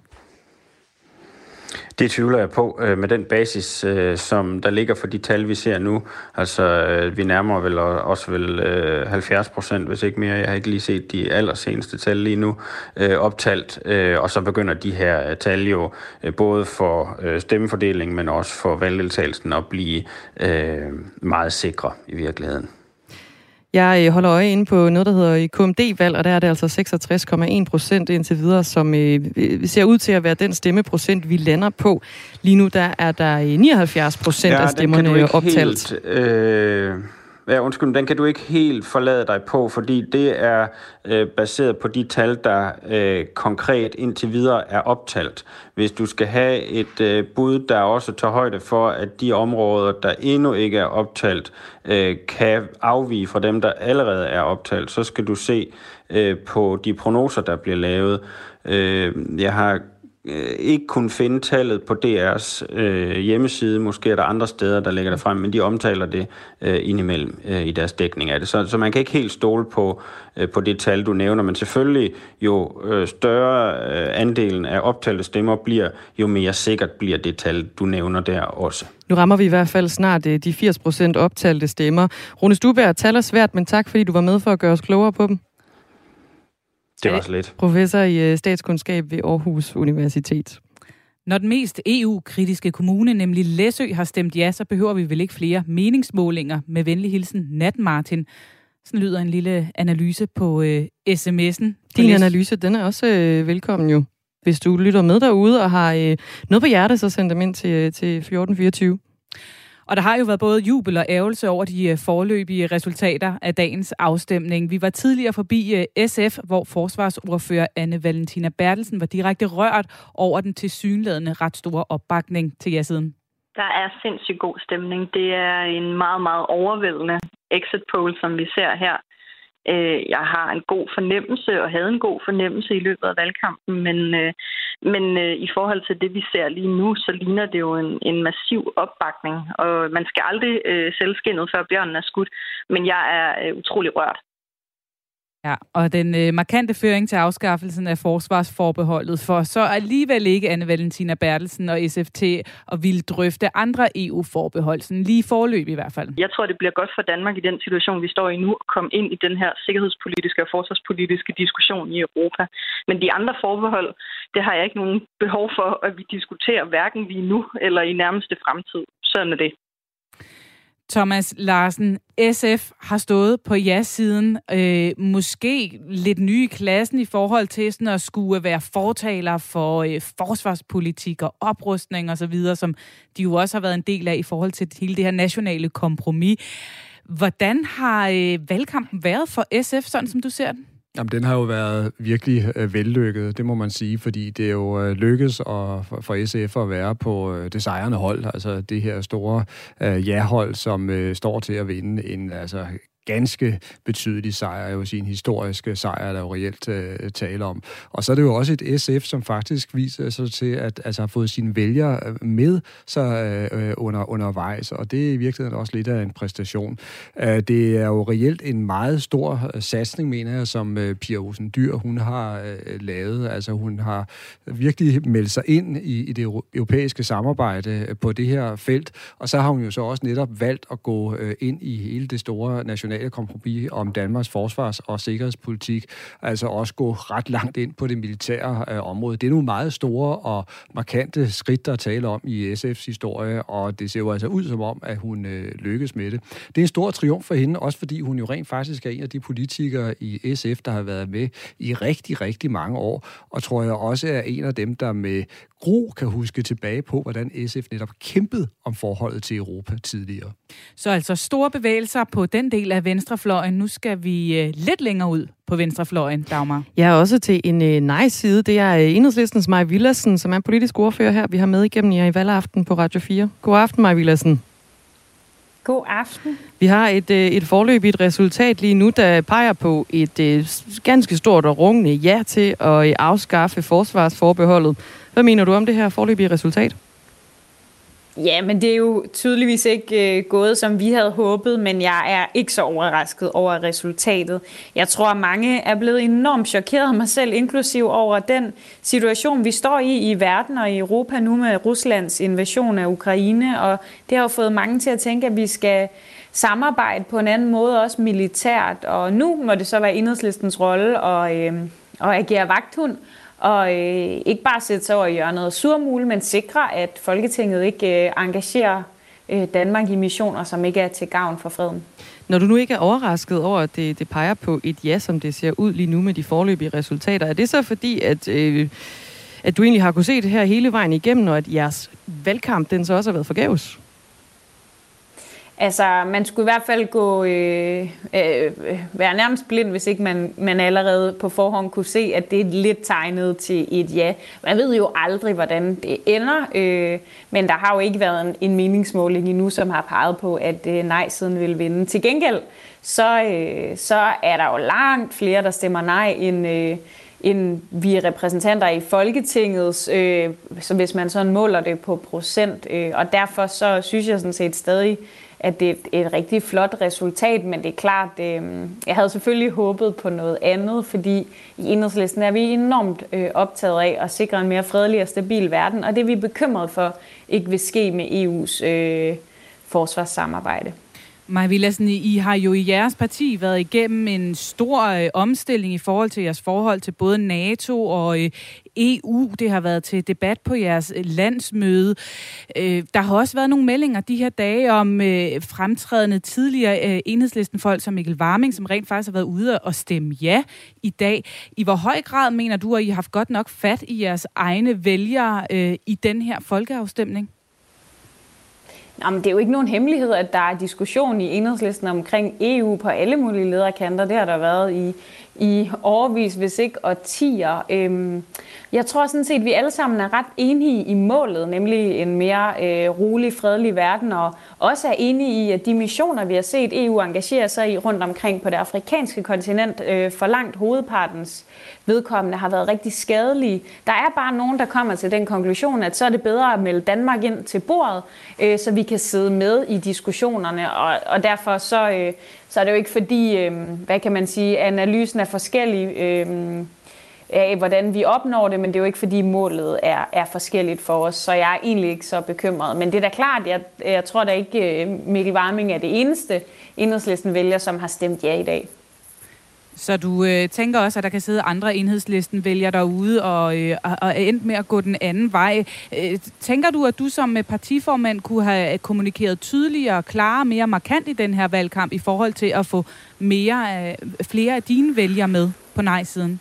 Det tvivler jeg på øh, med den basis, øh, som der ligger for de tal, vi ser nu. Altså, øh, vi nærmer vel også vel øh, halvfjerds procent, hvis ikke mere. Jeg har ikke lige set de allerseneste tal lige nu øh, optalt. Øh, og så begynder de her tal jo øh, både for øh, stemmefordelingen, men også for valgdeltagelsen at blive øh, meget sikre i virkeligheden. Jeg holder øje inde på noget, der hedder K M D-valg, og der er det altså seksogtres komma en procent indtil videre, som øh, ser ud til at være den stemmeprocent, vi lander på. Lige nu der er der nioghalvfjerds procent ja, af stemmerne optalt. Helt, øh... Ja, undskyld, den kan du ikke helt forlade dig på, fordi det er øh, baseret på de tal, der øh, konkret indtil videre er optalt. Hvis du skal have et øh, bud, der også tager højde for, at de områder, der endnu ikke er optalt, øh, kan afvige fra dem, der allerede er optalt, så skal du se øh, på de prognoser, der bliver lavet. Øh, jeg har ikke kunne finde tallet på D R's øh, hjemmeside. Måske er der andre steder, der lægger det frem, men de omtaler det øh, indimellem øh, i deres dækning af det. Så, så man kan ikke helt stole på, øh, på det tal, du nævner, men selvfølgelig jo øh, større øh, andelen af optalte stemmer bliver, jo mere sikkert bliver det tal, du nævner der også. Nu rammer vi i hvert fald snart øh, de firs procent optalte stemmer. Rune Stuberg, tal er svært, men tak fordi du var med for at gøre os klogere på dem. Det var så lidt. Professor i statskundskab ved Aarhus Universitet. Når den mest E U-kritiske kommune, nemlig Læsø, har stemt ja, så behøver vi vel ikke flere meningsmålinger. Med venlig hilsen, Nat Martin. Sådan lyder en lille analyse på øh, sms'en. Din analyse, den er også øh, velkommen jo. Hvis du lytter med derude og har øh, noget på hjertet, så send dem ind til, til fjorten fireogtyve. Og der har jo været både jubel og ærgelse over de foreløbige resultater af dagens afstemning. Vi var tidligere forbi S F, hvor forsvarsordfører Anne Valentina Berthelsen var direkte rørt over den tilsyneladende ret store opbakning til ja-siden. Der er sindssygt god stemning. Det er en meget, meget overvældende exit poll, som vi ser her. Jeg har en god fornemmelse og havde en god fornemmelse i løbet af valgkampen, men, men i forhold til det, vi ser lige nu, så ligner det jo en, en massiv opbakning. Og man skal aldrig øh, sælge skindet, før bjørnen er skudt, men jeg er øh, utrolig rørt. Ja, og den øh, markante føring til afskaffelsen af forsvarsforbeholdet for så alligevel ikke Anne Valentina Berthelsen og S F til at ville drøfte andre E U-forbehold, sådan lige forløb i hvert fald. Jeg tror, det bliver godt for Danmark i den situation, vi står i nu, at komme ind i den her sikkerhedspolitiske og forsvarspolitiske diskussion i Europa. Men de andre forbehold, det har jeg ikke nogen behov for, at vi diskuterer hverken lige nu eller i nærmeste fremtid. Sådan er det. Thomas Larsen, S F har stået på ja-siden, øh, måske lidt nye i klassen i forhold til sådan at skulle være fortaler for øh, forsvarspolitik og oprustning og så videre, som de jo også har været en del af i forhold til hele det her nationale kompromis. Hvordan har øh, valgkampen været for S F, sådan som du ser den? Jamen, den har jo været virkelig øh, vellykket, det må man sige, fordi det er jo øh, lykkes og, for, for S F at være på øh, det sejrende hold, altså det her store øh, ja-hold, som øh, står til at vinde en altså ganske betydelig sejr, jo sin historiske sejr, der jo reelt øh, tale om. Og så er det jo også et S F, som faktisk viser sig til at altså, have fået sine vælgere med sig øh, under, undervejs, og det er i virkeligheden også lidt af en præstation. Øh, det er jo reelt en meget stor øh, satsning, mener jeg, som øh, Pia Olsen Dyhr, hun har øh, lavet. Altså hun har virkelig meldt sig ind i, i det europæiske samarbejde på det her felt, og så har hun jo så også netop valgt at gå øh, ind i hele det store nationale kompromis om Danmarks forsvars- og sikkerhedspolitik, altså også gå ret langt ind på det militære øh, område. Det er nogle meget store og markante skridt, der taler om i S F's historie, og det ser jo altså ud som om, at hun øh, lykkes med det. Det er en stor triumf for hende, også fordi hun jo rent faktisk er en af de politikere i S F, der har været med i rigtig, rigtig mange år, og tror jeg også er en af dem, der med gru kan huske tilbage på, hvordan S F netop kæmpede om forholdet til Europa tidligere. Så altså store bevægelser på den del af venstrefløjen. Nu skal vi øh, lidt længere ud på venstrefløjen, Dagmar. Ja, også til en øh, nej-side. Det er øh, Enhedslistens Mai Villadsen, som er politisk ordfører her. Vi har med igennem jer i valgaften på Radio fire. God aften, Mai Villadsen. God aften. Vi har et, øh, et forløbigt resultat lige nu, der peger på et øh, ganske stort og rungende ja til at øh, afskaffe forsvarsforbeholdet. Hvad mener du om det her forløbige resultat? Ja, men det er jo tydeligvis ikke øh, gået, som vi havde håbet, men jeg er ikke så overrasket over resultatet. Jeg tror, at mange er blevet enormt chokeret, mig selv inklusiv, over den situation, vi står i i verden og i Europa nu med Ruslands invasion af Ukraine, og det har jo fået mange til at tænke, at vi skal samarbejde på en anden måde, også militært, og nu må det så være Enhedslistens rolle at, øh, at agere vagthund, og øh, ikke bare sætte sig over i hjørnet og surmule, men sikre, at Folketinget ikke øh, engagerer øh, Danmark i missioner, som ikke er til gavn for freden. Når du nu ikke er overrasket over, at det, det peger på et ja, som det ser ud lige nu med de foreløbige resultater, er det så fordi, at, øh, at du egentlig har kunne se det her hele vejen igennem, og at jeres valgkamp, den så også har været forgæves? Altså, man skulle i hvert fald gå, øh, øh, være nærmest blind, hvis ikke man, man allerede på forhånd kunne se, at det er lidt tegnet til et ja. Man ved jo aldrig, hvordan det ender, øh, men der har jo ikke været en, en meningsmåling endnu, som har peget på, at øh, nej-siden vil vinde. Til gengæld, så, øh, så er der jo langt flere, der stemmer nej, end, øh, end vi er repræsentanter i Folketinget, øh, så hvis man sådan måler det på procent. Øh, og derfor så synes jeg sådan set stadig, at det er et, et rigtig flot resultat, men det er klart, øh, jeg havde selvfølgelig håbet på noget andet, fordi i Enhedslisten er vi enormt øh, optaget af at sikre en mere fredelig og stabil verden, og det er vi bekymret for ikke vil ske med E U's øh, forsvarssamarbejde. Maja Villadsen, I har jo i jeres parti været igennem en stor øh, omstilling i forhold til jeres forhold til både NATO og øh, E U. Det har været til debat på jeres landsmøde. Øh, der har også været nogle meldinger de her dage om øh, fremtrædende tidligere øh, Enhedslistenfolk som Mikkel Warming, som rent faktisk har været ude og stemme ja i dag. I hvor høj grad mener du, at I har haft godt nok fat i jeres egne vælgere øh, i den her folkeafstemning? Jamen, det er jo ikke nogen hemmelighed, at der er diskussion i Enhedslisten omkring E U på alle mulige lederkanter. Det har der været i, i årevis, hvis ikke årtier. Øhm, jeg tror sådan set, at vi alle sammen er ret enige i målet, nemlig en mere øh, rolig, fredelig verden, og også er enige i, at de missioner, vi har set E U engagere sig i rundt omkring på det afrikanske kontinent, øh, for langt hovedpartens vedkommende har været rigtig skadelige. Der er bare nogen, der kommer til den konklusion, at så er det bedre at melde Danmark ind til bordet, øh, så vi kan sidde med i diskussionerne, og, og derfor så, øh, så er det jo ikke fordi, øh, hvad kan man sige, analysen er forskellig øh, af, hvordan vi opnår det, men det er jo ikke fordi målet er, er forskelligt for os, så jeg er egentlig ikke så bekymret. Men det er da klart, jeg, jeg tror da ikke, Mikkel Warming er det eneste Enhedslisten vælger, som har stemt ja i dag. Så du øh, tænker også, at der kan sidde andre Enhedslisten vælgere derude og, øh, og, og endt med at gå den anden vej. Øh, tænker du, at du som partiformand kunne have kommunikeret tydeligere, klarere, mere markant i den her valgkamp i forhold til at få mere, øh, flere af dine vælgere med på nej-siden?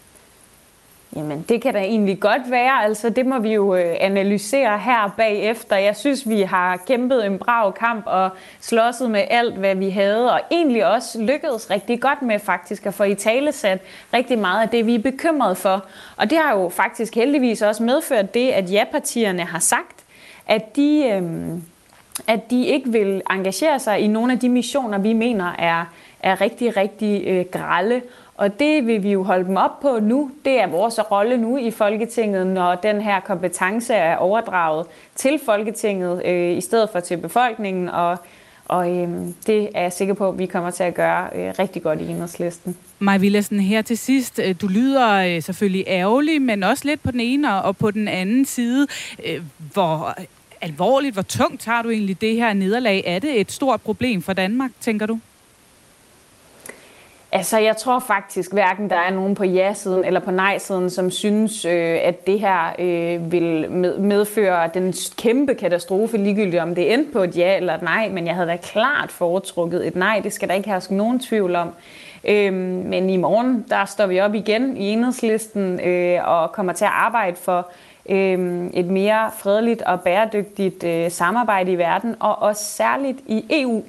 Jamen, det kan da egentlig godt være. Altså, det må vi jo analysere her bagefter. Jeg synes, vi har kæmpet en brav kamp og slåsset med alt, hvad vi havde, og egentlig også lykkedes rigtig godt med faktisk at få italesat rigtig meget af det, vi er bekymret for. Og det har jo faktisk heldigvis også medført det, at ja-partierne har sagt, at de, øhm, at de ikke vil engagere sig i nogle af de missioner, vi mener er, er rigtig, rigtig øh, grelle. Og det vil vi jo holde dem op på nu. Det er vores rolle nu i Folketinget, når den her kompetence er overdraget til Folketinget, øh, i stedet for til befolkningen. Og, og øh, det er jeg sikker på, at vi kommer til at gøre øh, rigtig godt i Enhedslisten. Maja Villadsen, her til sidst. Du lyder selvfølgelig ærgerlig, men også lidt på den ene og på den anden side. Hvor alvorligt, hvor tungt tager du egentlig det her nederlag? Er det et stort problem for Danmark, tænker du? Altså, jeg tror faktisk hverken der er nogen på ja-siden eller på nej-siden, som synes, øh, at det her øh, vil med- medføre den kæmpe katastrofe, ligegyldigt om det endte på et ja eller et nej, men jeg havde da klart foretrukket et nej, det skal der ikke herske nogen tvivl om. Øh, men i morgen, der står vi op igen i Enhedslisten øh, og kommer til at arbejde for øh, et mere fredeligt og bæredygtigt øh, samarbejde i verden, og også særligt i E U.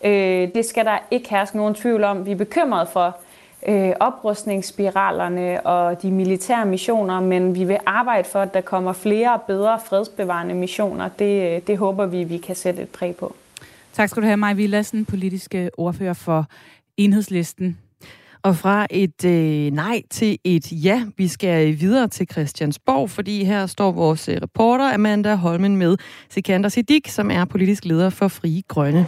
Det skal der ikke herske nogen tvivl om. Vi er bekymrede for øh, oprustningsspiralerne og de militære missioner, men vi vil arbejde for, at der kommer flere og bedre fredsbevarende missioner. Det, det håber vi, vi kan sætte et præg på. Tak skal du have, Maja Villadsen, politiske ordfører for Enhedslisten. Og fra et øh, nej til et ja, vi skal videre til Christiansborg, fordi her står vores reporter Amanda Holmen med Sikander Siddique, som er politisk leder for Frie Grønne.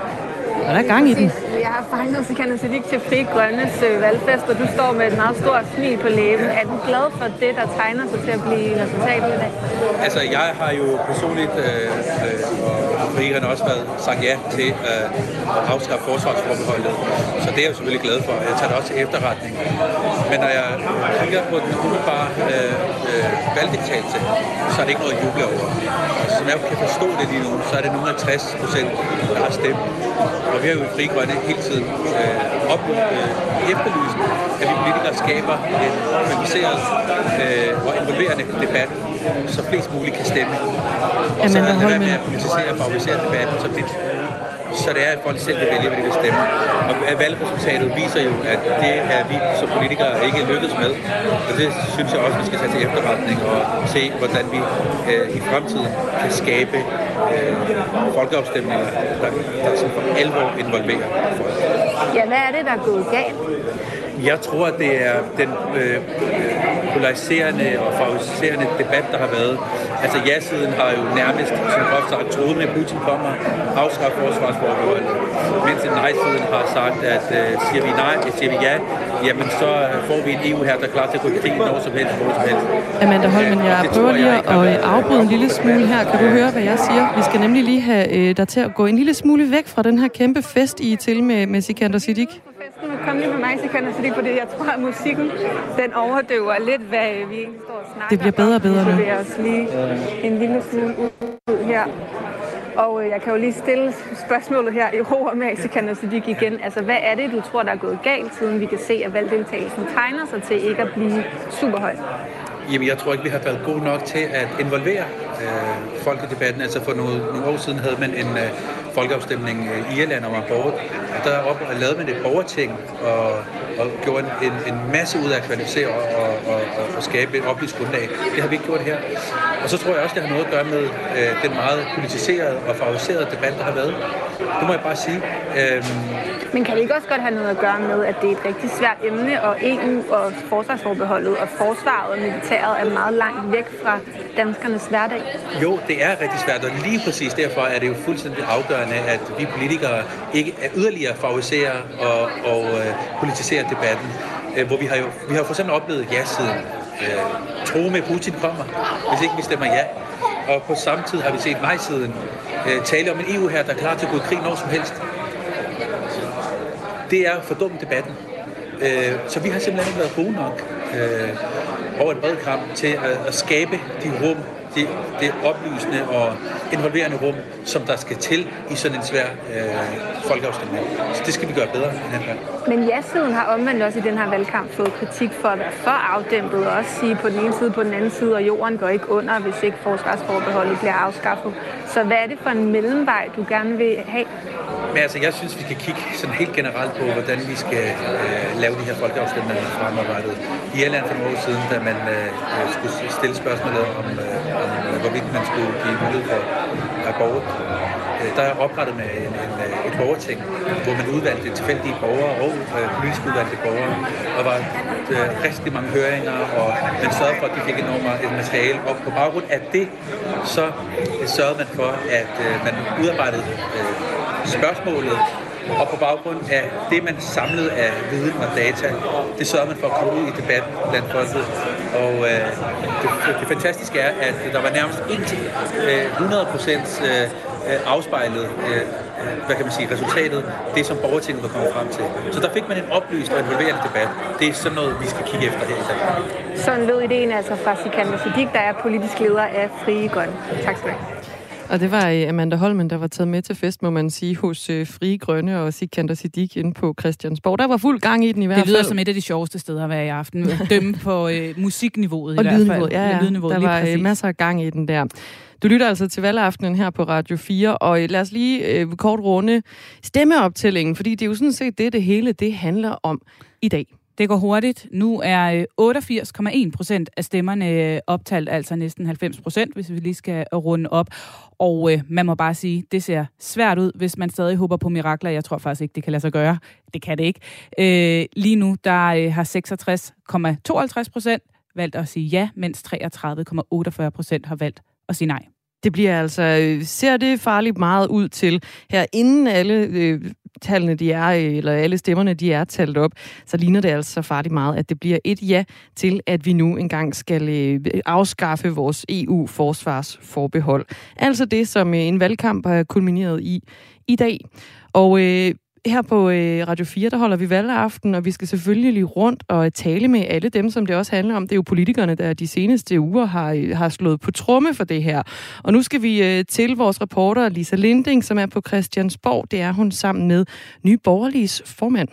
Og der er gang i den. Jeg har fanget Sikander Siddique til Frie Grønnes øh, valgfest, og du står med et meget stort smil på læben. Er du glad for det, der tegner sig til at blive resultatet i dag? Altså, jeg har jo personligt, øh, øh, og Frie Grønne også været sagt ja til øh, at afskaffe forsvarsforbeholdet. Så det er jeg jo selvfølgelig glad for. Jeg tager det også til efterretning. Men når jeg kigger på den umiddelbare øh, øh, valgdeltagelse, så er det ikke noget at juble over. Altså, som jeg kan forstå det lige nu, så er det nogle af tres procent, der har stemt. Og vi har jo i Frie Grønne hele tiden øh, op, øh, efterlyst, at vi politikere skaber en kvalificeret øh, og involverende debat, så flest muligt kan stemme. Og så lade være med at politisere og favorisere debatten så lidt. Så det er, at folk selv vil vælge, hvad de vil stemme. Og valgresultatet viser jo, at det er vi som politikere ikke lykkes med. Og det synes jeg også, vi skal tage til efterretning og se, hvordan vi øh, i fremtiden kan skabe øh, folkeafstemninger, der, der som for alvor involverer folk. Ja, hvad er det, der er gået galt? Jeg tror, det er den øh, polariserende og favoriserende debat, der har været. Altså ja-siden har jo nærmest, som groft sagt, troet med, at Putin kommer afskaffe forsvarsforbeholdet. Mens nej-siden har sagt, at øh, siger vi nej, siger vi ja, jamen så får vi en E U her, der er klar til at gå i krig når som helst, hvor som helst. Amanda Holmen, jeg det prøver lige at afbryde en lille smule her. Kan du høre, hvad jeg siger? Vi skal nemlig lige have øh, dig til at gå en lille smule væk fra den her kæmpe fest, I er til med, med Sikander Siddiq. Kom lige med mig, Sikander Siddiq, fordi jeg tror, at musikken, den overdøver lidt, hvad vi egentlig står og snakker. Det bliver bedre og bedre nu. Så vil jeg os lige en lille smule ud her. Og jeg kan jo lige stille spørgsmålet her i ro med Sikander Siddiq igen. Altså, hvad er det, du tror, der er gået galt, siden vi kan se, at valgdeltagelsen tegner sig til ikke at blive super høj? Jamen, jeg tror ikke, vi har været gode nok til at involvere øh, folk i debatten. Altså, for nogle, nogle år siden havde man en øh, folkeafstemning i Irland om abort. Og der op, lavede man et borgerting og, og gjorde en, en, en masse ud af at kvalificere og, og, og, og skabe et oplyst grundlag. Det har vi ikke gjort her. Og så tror jeg også, det har noget at gøre med øh, den meget politiserede og favoriserede debat, der har været. Det må jeg bare sige. Øhm, Men kan det ikke også godt have noget at gøre med, at det er et rigtig svært emne, og E U og forsvarsforbeholdet og forsvaret og militæret er meget langt væk fra danskernes hverdag? Jo, det er rigtig svært, og lige præcis derfor er det jo fuldstændig afgørende, at vi politikere ikke yderligere favoriserer og, og øh, politiserer debatten. Øh, hvor vi har jo vi har for eksempel oplevet ja-siden. Øh, tro med Putin kommer, hvis ikke vi stemmer ja. Og på samme tid har vi set nej-siden øh, tale om en E U her, der er klar til at gå i krig når som helst. Det er for dumt debatten. Øh, så vi har simpelthen ikke været gode nok øh, over en bred kamp til at, at skabe de rum, det, det oplysende og involverende rum, som der skal til i sådan en svær øh, folkeafstemning. Så det skal vi gøre bedre end her. Men ja-siden har omvendt også i den her valgkamp fået kritik for at være for afdæmpet, og også sige på den ene side, på den anden side, og jorden går ikke under, hvis ikke forsvarsforbeholdet bliver afskaffet. Så hvad er det for en mellemvej, du gerne vil have? Men altså, jeg synes, vi skal kigge sådan helt generelt på, hvordan vi skal øh, lave de her folkeafstemninger fremadrettet. I Irland for nogle år siden, da man øh, skulle stille spørgsmålet om, øh, om hvorvidt man skulle give mulighed for abort, øh, der er oprettet med en, en, et borgerting, hvor man udvalgte tilfældige borgere og øh, politisk udvalgte borgere. Og der var øh, rigtig mange høringer, og man sørgede for, at de fik enormt et materiale. Og på baggrund af det, så sørgede man for, at øh, man udarbejdede øh, spørgsmålet, og på baggrund af det, man samlede af viden og data, det sørger man for at komme ud i debatten blandt folket. Og øh, det, det fantastiske er, at der var nærmest hundrede procent øh, afspejlet, øh, hvad kan man sige, resultatet, det som borgertinget var kommet frem til. Så der fik man en oplyst og involverende debat. Det er sådan noget, vi skal kigge efter her i dag. Sådan lød ideen altså fra Sikander Siddiq, der er politisk leder af Frie Grønne. Tak skal du have. Og det var Amanda Holmen, der var taget med til fest, må man sige, hos Frie Grønne og Sikander Siddiq inde på Christiansborg. Der var fuld gang i den i hvert fald. Det lyder som et af de sjoveste steder at være i aften. Dømme på øh, musikniveauet og i hvert fald. Ja, ja. Der var præcis. masser af gang i den der. Du lytter altså til valgaftenen her på Radio fire, og lad os lige øh, kort runde stemmeoptællingen, fordi det er jo sådan set det, det hele det handler om i dag. Det går hurtigt. Nu er otteogfirs komma en procent af stemmerne optalt, altså næsten halvfems procent, hvis vi lige skal runde op. Og øh, man må bare sige, det ser svært ud, hvis man stadig håber på mirakler. Jeg tror faktisk ikke, det kan lade sig gøre. Det kan det ikke. Øh, lige nu der øh, har seksogtres komma tooghalvtreds procent valgt at sige ja, mens treogtredive komma otteogfyrre procent har valgt at sige nej. Det bliver altså, ser det farligt meget ud til, her inden alle øh, tallene de er, eller alle stemmerne de er talt op, så ligner det altså farligt meget, at det bliver et ja til, at vi nu engang skal øh, afskaffe vores E U-forsvarsforbehold. Altså det, som øh, en valgkamp har kulmineret i i dag. Og øh, her på øh, Radio fire, der holder vi valgaften, og vi skal selvfølgelig lige rundt og tale med alle dem, som det også handler om. Det er jo politikerne, der de seneste uger har, har slået på tromme for det her. Og nu skal vi øh, til vores reporter Lisa Linding, som er på Christiansborg. Det er hun sammen med Nye Borgerliges formand.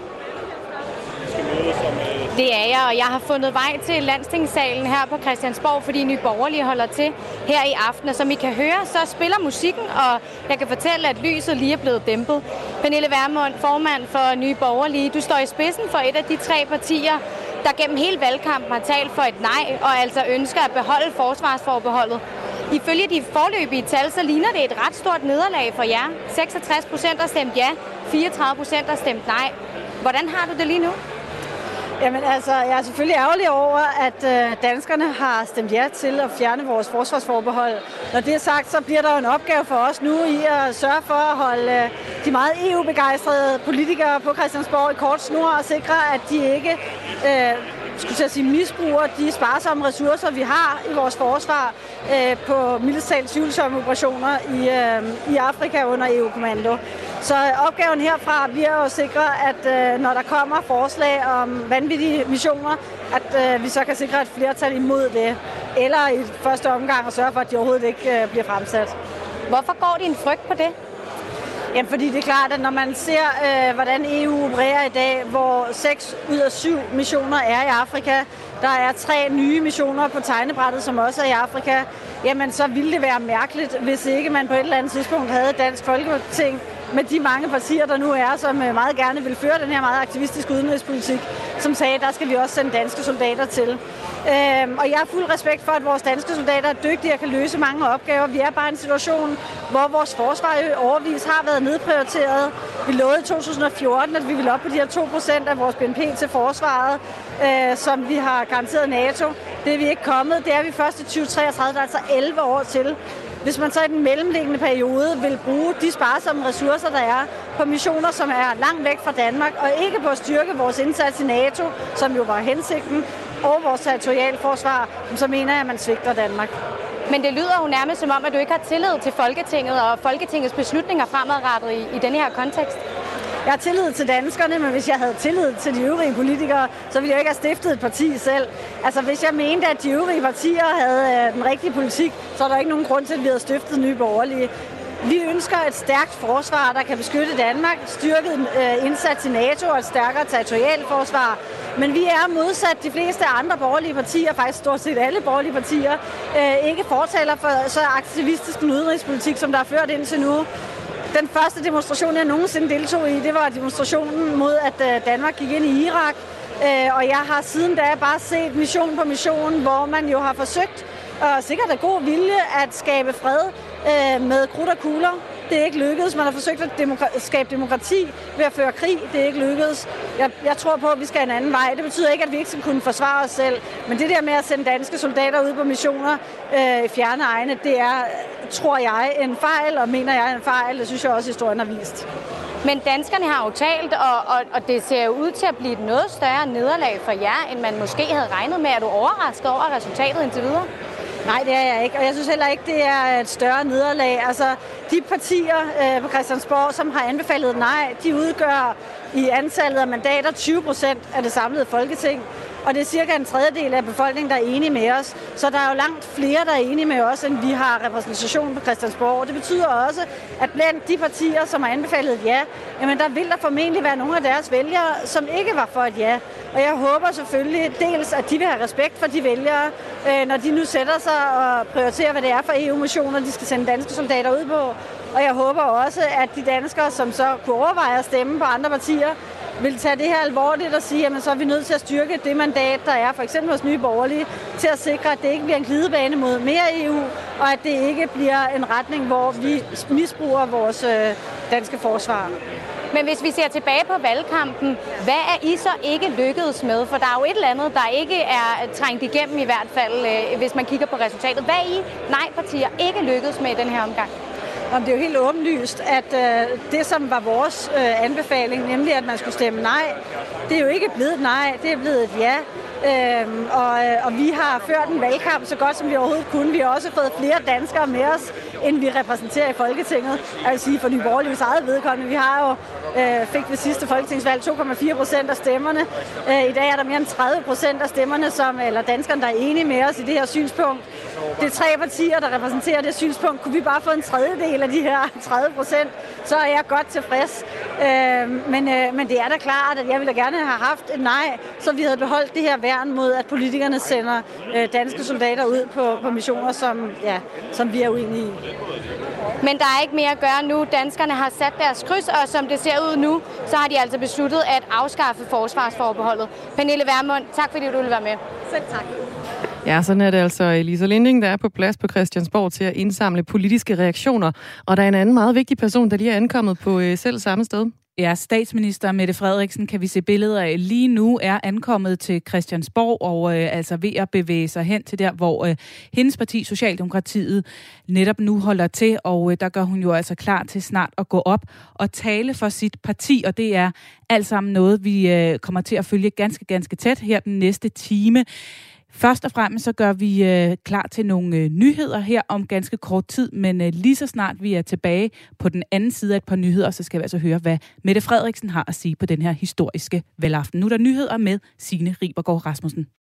Det er jeg, og jeg har fundet vej til landstingssalen her på Christiansborg, fordi Nye Borgerlige holder til her i aften. Og som I kan høre, så spiller musikken, og jeg kan fortælle, at lyset lige er blevet dæmpet. Pernille Vermund, formand for Nye Borgerlige, du står i spidsen for et af de tre partier, der gennem hele valgkampen har talt for et nej, og altså ønsker at beholde forsvarsforbeholdet. Ifølge de foreløbige tal, så ligner det et ret stort nederlag for jer. seksogtres procent har stemt ja, fireogtredive procent har stemt nej. Hvordan har du det lige nu? Jamen altså, jeg er selvfølgelig ærgerlig over, at øh, danskerne har stemt ja til at fjerne vores forsvarsforbehold. Når det er sagt, så bliver der jo en opgave for os nu i at sørge for at holde øh, de meget E U-begejstrede politikere på Christiansborg i kort snor og sikre, at de ikke øh, skulle jeg sige, misbruger de sparsomme ressourcer, vi har i vores forsvar øh, på militært tvivlsomme operationer i, øh, i Afrika under E U-kommando. Så opgaven herfra bliver at sikre, at øh, når der kommer forslag om vanvittige missioner, at øh, vi så kan sikre et flertal imod det. Eller i første omgang at sørge for, at de overhovedet ikke øh, bliver fremsat. Hvorfor går din frygt på det? Jamen, fordi det er klart, at når man ser, øh, hvordan E U opererer i dag, hvor seks ud af syv missioner er i Afrika, der er tre nye missioner på tegnebrættet, som også er i Afrika, jamen så ville det være mærkeligt, hvis ikke man på et eller andet tidspunkt havde Dansk Folketing med de mange partier, der nu er, som meget gerne vil føre den her meget aktivistiske udenrigspolitik, som sagde, der skal vi også sende danske soldater til. Øhm, og jeg har fuld respekt for, at vores danske soldater er dygtige og kan løse mange opgaver. Vi er bare i en situation, hvor vores forsvar i overvis har været nedprioriteret. Vi lovede i to tusind og fjorten, at vi ville op på de her to procent af vores B N P til forsvaret, øh, som vi har garanteret NATO. Det er vi ikke kommet. Det er vi først i tyve treogtredive, der er altså elleve år til. Hvis man så i den mellemliggende periode vil bruge de sparsomme ressourcer, der er på missioner, som er langt væk fra Danmark, og ikke på at styrke vores indsats i NATO, som jo var hensigten, og vores territorialforsvar, så mener jeg, at man svigter Danmark. Men det lyder jo nærmest som om, at du ikke har tillid til Folketinget og Folketingets beslutninger fremadrettet i, i denne her kontekst. Jeg har tillid til danskerne, men hvis jeg havde tillid til de øvrige politikere, så ville jeg ikke have stiftet et parti selv. Altså, hvis jeg mente, at de øvrige partier havde øh, den rigtige politik, så er der ikke nogen grund til, at vi havde stiftet Nye Borgerlige. Vi ønsker et stærkt forsvar, der kan beskytte Danmark, styrket øh, indsats i NATO og et stærkere territorialforsvar. Men vi er modsat de fleste andre borgerlige partier, faktisk stort set alle borgerlige partier, øh, ikke fortaler for så aktivistisk en udenrigspolitik, som der er ført indtil nu. Den første demonstration, jeg nogensinde deltog i, det var demonstrationen mod, at Danmark gik ind i Irak. Og jeg har siden da bare set mission på mission, hvor man jo har forsøgt, og sikkert af god vilje, at skabe fred med krudt og kugler. Det er ikke lykkedes. Man har forsøgt at demokra- skabe demokrati ved at føre krig. Det er ikke lykkedes. Jeg, jeg tror på, at vi skal en anden vej. Det betyder ikke, at vi ikke skal kunne forsvare os selv. Men det der med at sende danske soldater ud på missioner øh, i fjerne egne, det er, tror jeg, en fejl, og mener jeg en fejl. Det synes jeg også, historien har vist. Men danskerne har jo talt, og, og, og det ser jo ud til at blive et noget større nederlag for jer, end man måske havde regnet med. Er du overrasket over resultatet indtil videre? Nej, det er jeg ikke, og jeg synes heller ikke, det er et større nederlag. Altså, de partier øh, på Christiansborg, som har anbefalet nej, de udgør i antallet af mandater tyve procent af det samlede Folketing. Og det er cirka en tredjedel af befolkningen, der er enige med os. Så der er jo langt flere, der er enige med os, end vi har repræsentation på Christiansborg. Og det betyder også, at blandt de partier, som har anbefalet et ja, jamen der vil der formentlig være nogle af deres vælgere, som ikke var for et ja. Og jeg håber selvfølgelig dels, at de vil have respekt for de vælgere, når de nu sætter sig og prioriterer, hvad det er for E U-missioner, de skal sende danske soldater ud på. Og jeg håber også, at de danskere, som så kunne overveje at stemme på andre partier, vil tage det her alvorligt og sige, at så er vi nødt til at styrke det mandat, der er for eksempel hos Nye Borgerlige, til at sikre, at det ikke bliver en glidebane mod mere E U, og at det ikke bliver en retning, hvor vi misbruger vores øh, danske forsvar. Men hvis vi ser tilbage på valgkampen, hvad er I så ikke lykkedes med? For der er jo et eller andet, der ikke er trængt igennem i hvert fald, øh, hvis man kigger på resultatet. Hvad er I nej-partier ikke lykkedes med i den her omgang? Det er jo helt åbenlyst, at øh, det, som var vores øh, anbefaling, nemlig at man skulle stemme nej, det er jo ikke blevet et nej, det er blevet et ja. Øhm, og, og vi har ført en valgkamp så godt, som vi overhovedet kunne. Vi har også fået flere danskere med os, end vi repræsenterer i Folketinget. Jeg vil sige, for Nye Borgerliges eget vedkommende. Vi har jo, øh, fik ved sidste folketingsvalg to komma fire procent af stemmerne. Øh, I dag er der mere end tredive procent af stemmerne, som, eller danskerne, der er enige med os i det her synspunkt. Det er tre partier, der repræsenterer det synspunkt. Kunne vi bare få en tredjedel af de her tredive procent, så er jeg godt tilfreds. Øh, men, øh, men det er da klart, at jeg ville gerne have haft et nej, så vi havde beholdt det her værn mod, at politikerne sender øh, danske soldater ud på, på missioner, som, ja, som vi er uenige i. Men der er ikke mere at gøre nu. Danskerne har sat deres kryds, og som det ser ud nu, så har de altså besluttet at afskaffe forsvarsforbeholdet. Pernille Vermund, tak fordi du ville være med. Selv tak. Ja, sådan er det altså Lisa Linding, der er på plads på Christiansborg til at indsamle politiske reaktioner. Og der er en anden meget vigtig person, der lige er ankommet på øh, selv samme sted. Ja, statsminister Mette Frederiksen kan vi se billeder af lige nu er ankommet til Christiansborg og øh, altså ved at bevæge sig hen til der, hvor øh, hendes parti, Socialdemokratiet, netop nu holder til. Og øh, der gør hun jo altså klar til snart at gå op og tale for sit parti. Og det er alt sammen noget, vi øh, kommer til at følge ganske, ganske tæt her den næste time. Først og fremmest så gør vi øh, klar til nogle øh, nyheder her om ganske kort tid, men øh, lige så snart vi er tilbage på den anden side af et par nyheder, så skal vi altså høre, hvad Mette Frederiksen har at sige på den her historiske valgaften. Nu er der nyheder med Signe Ribergaard Rasmussen.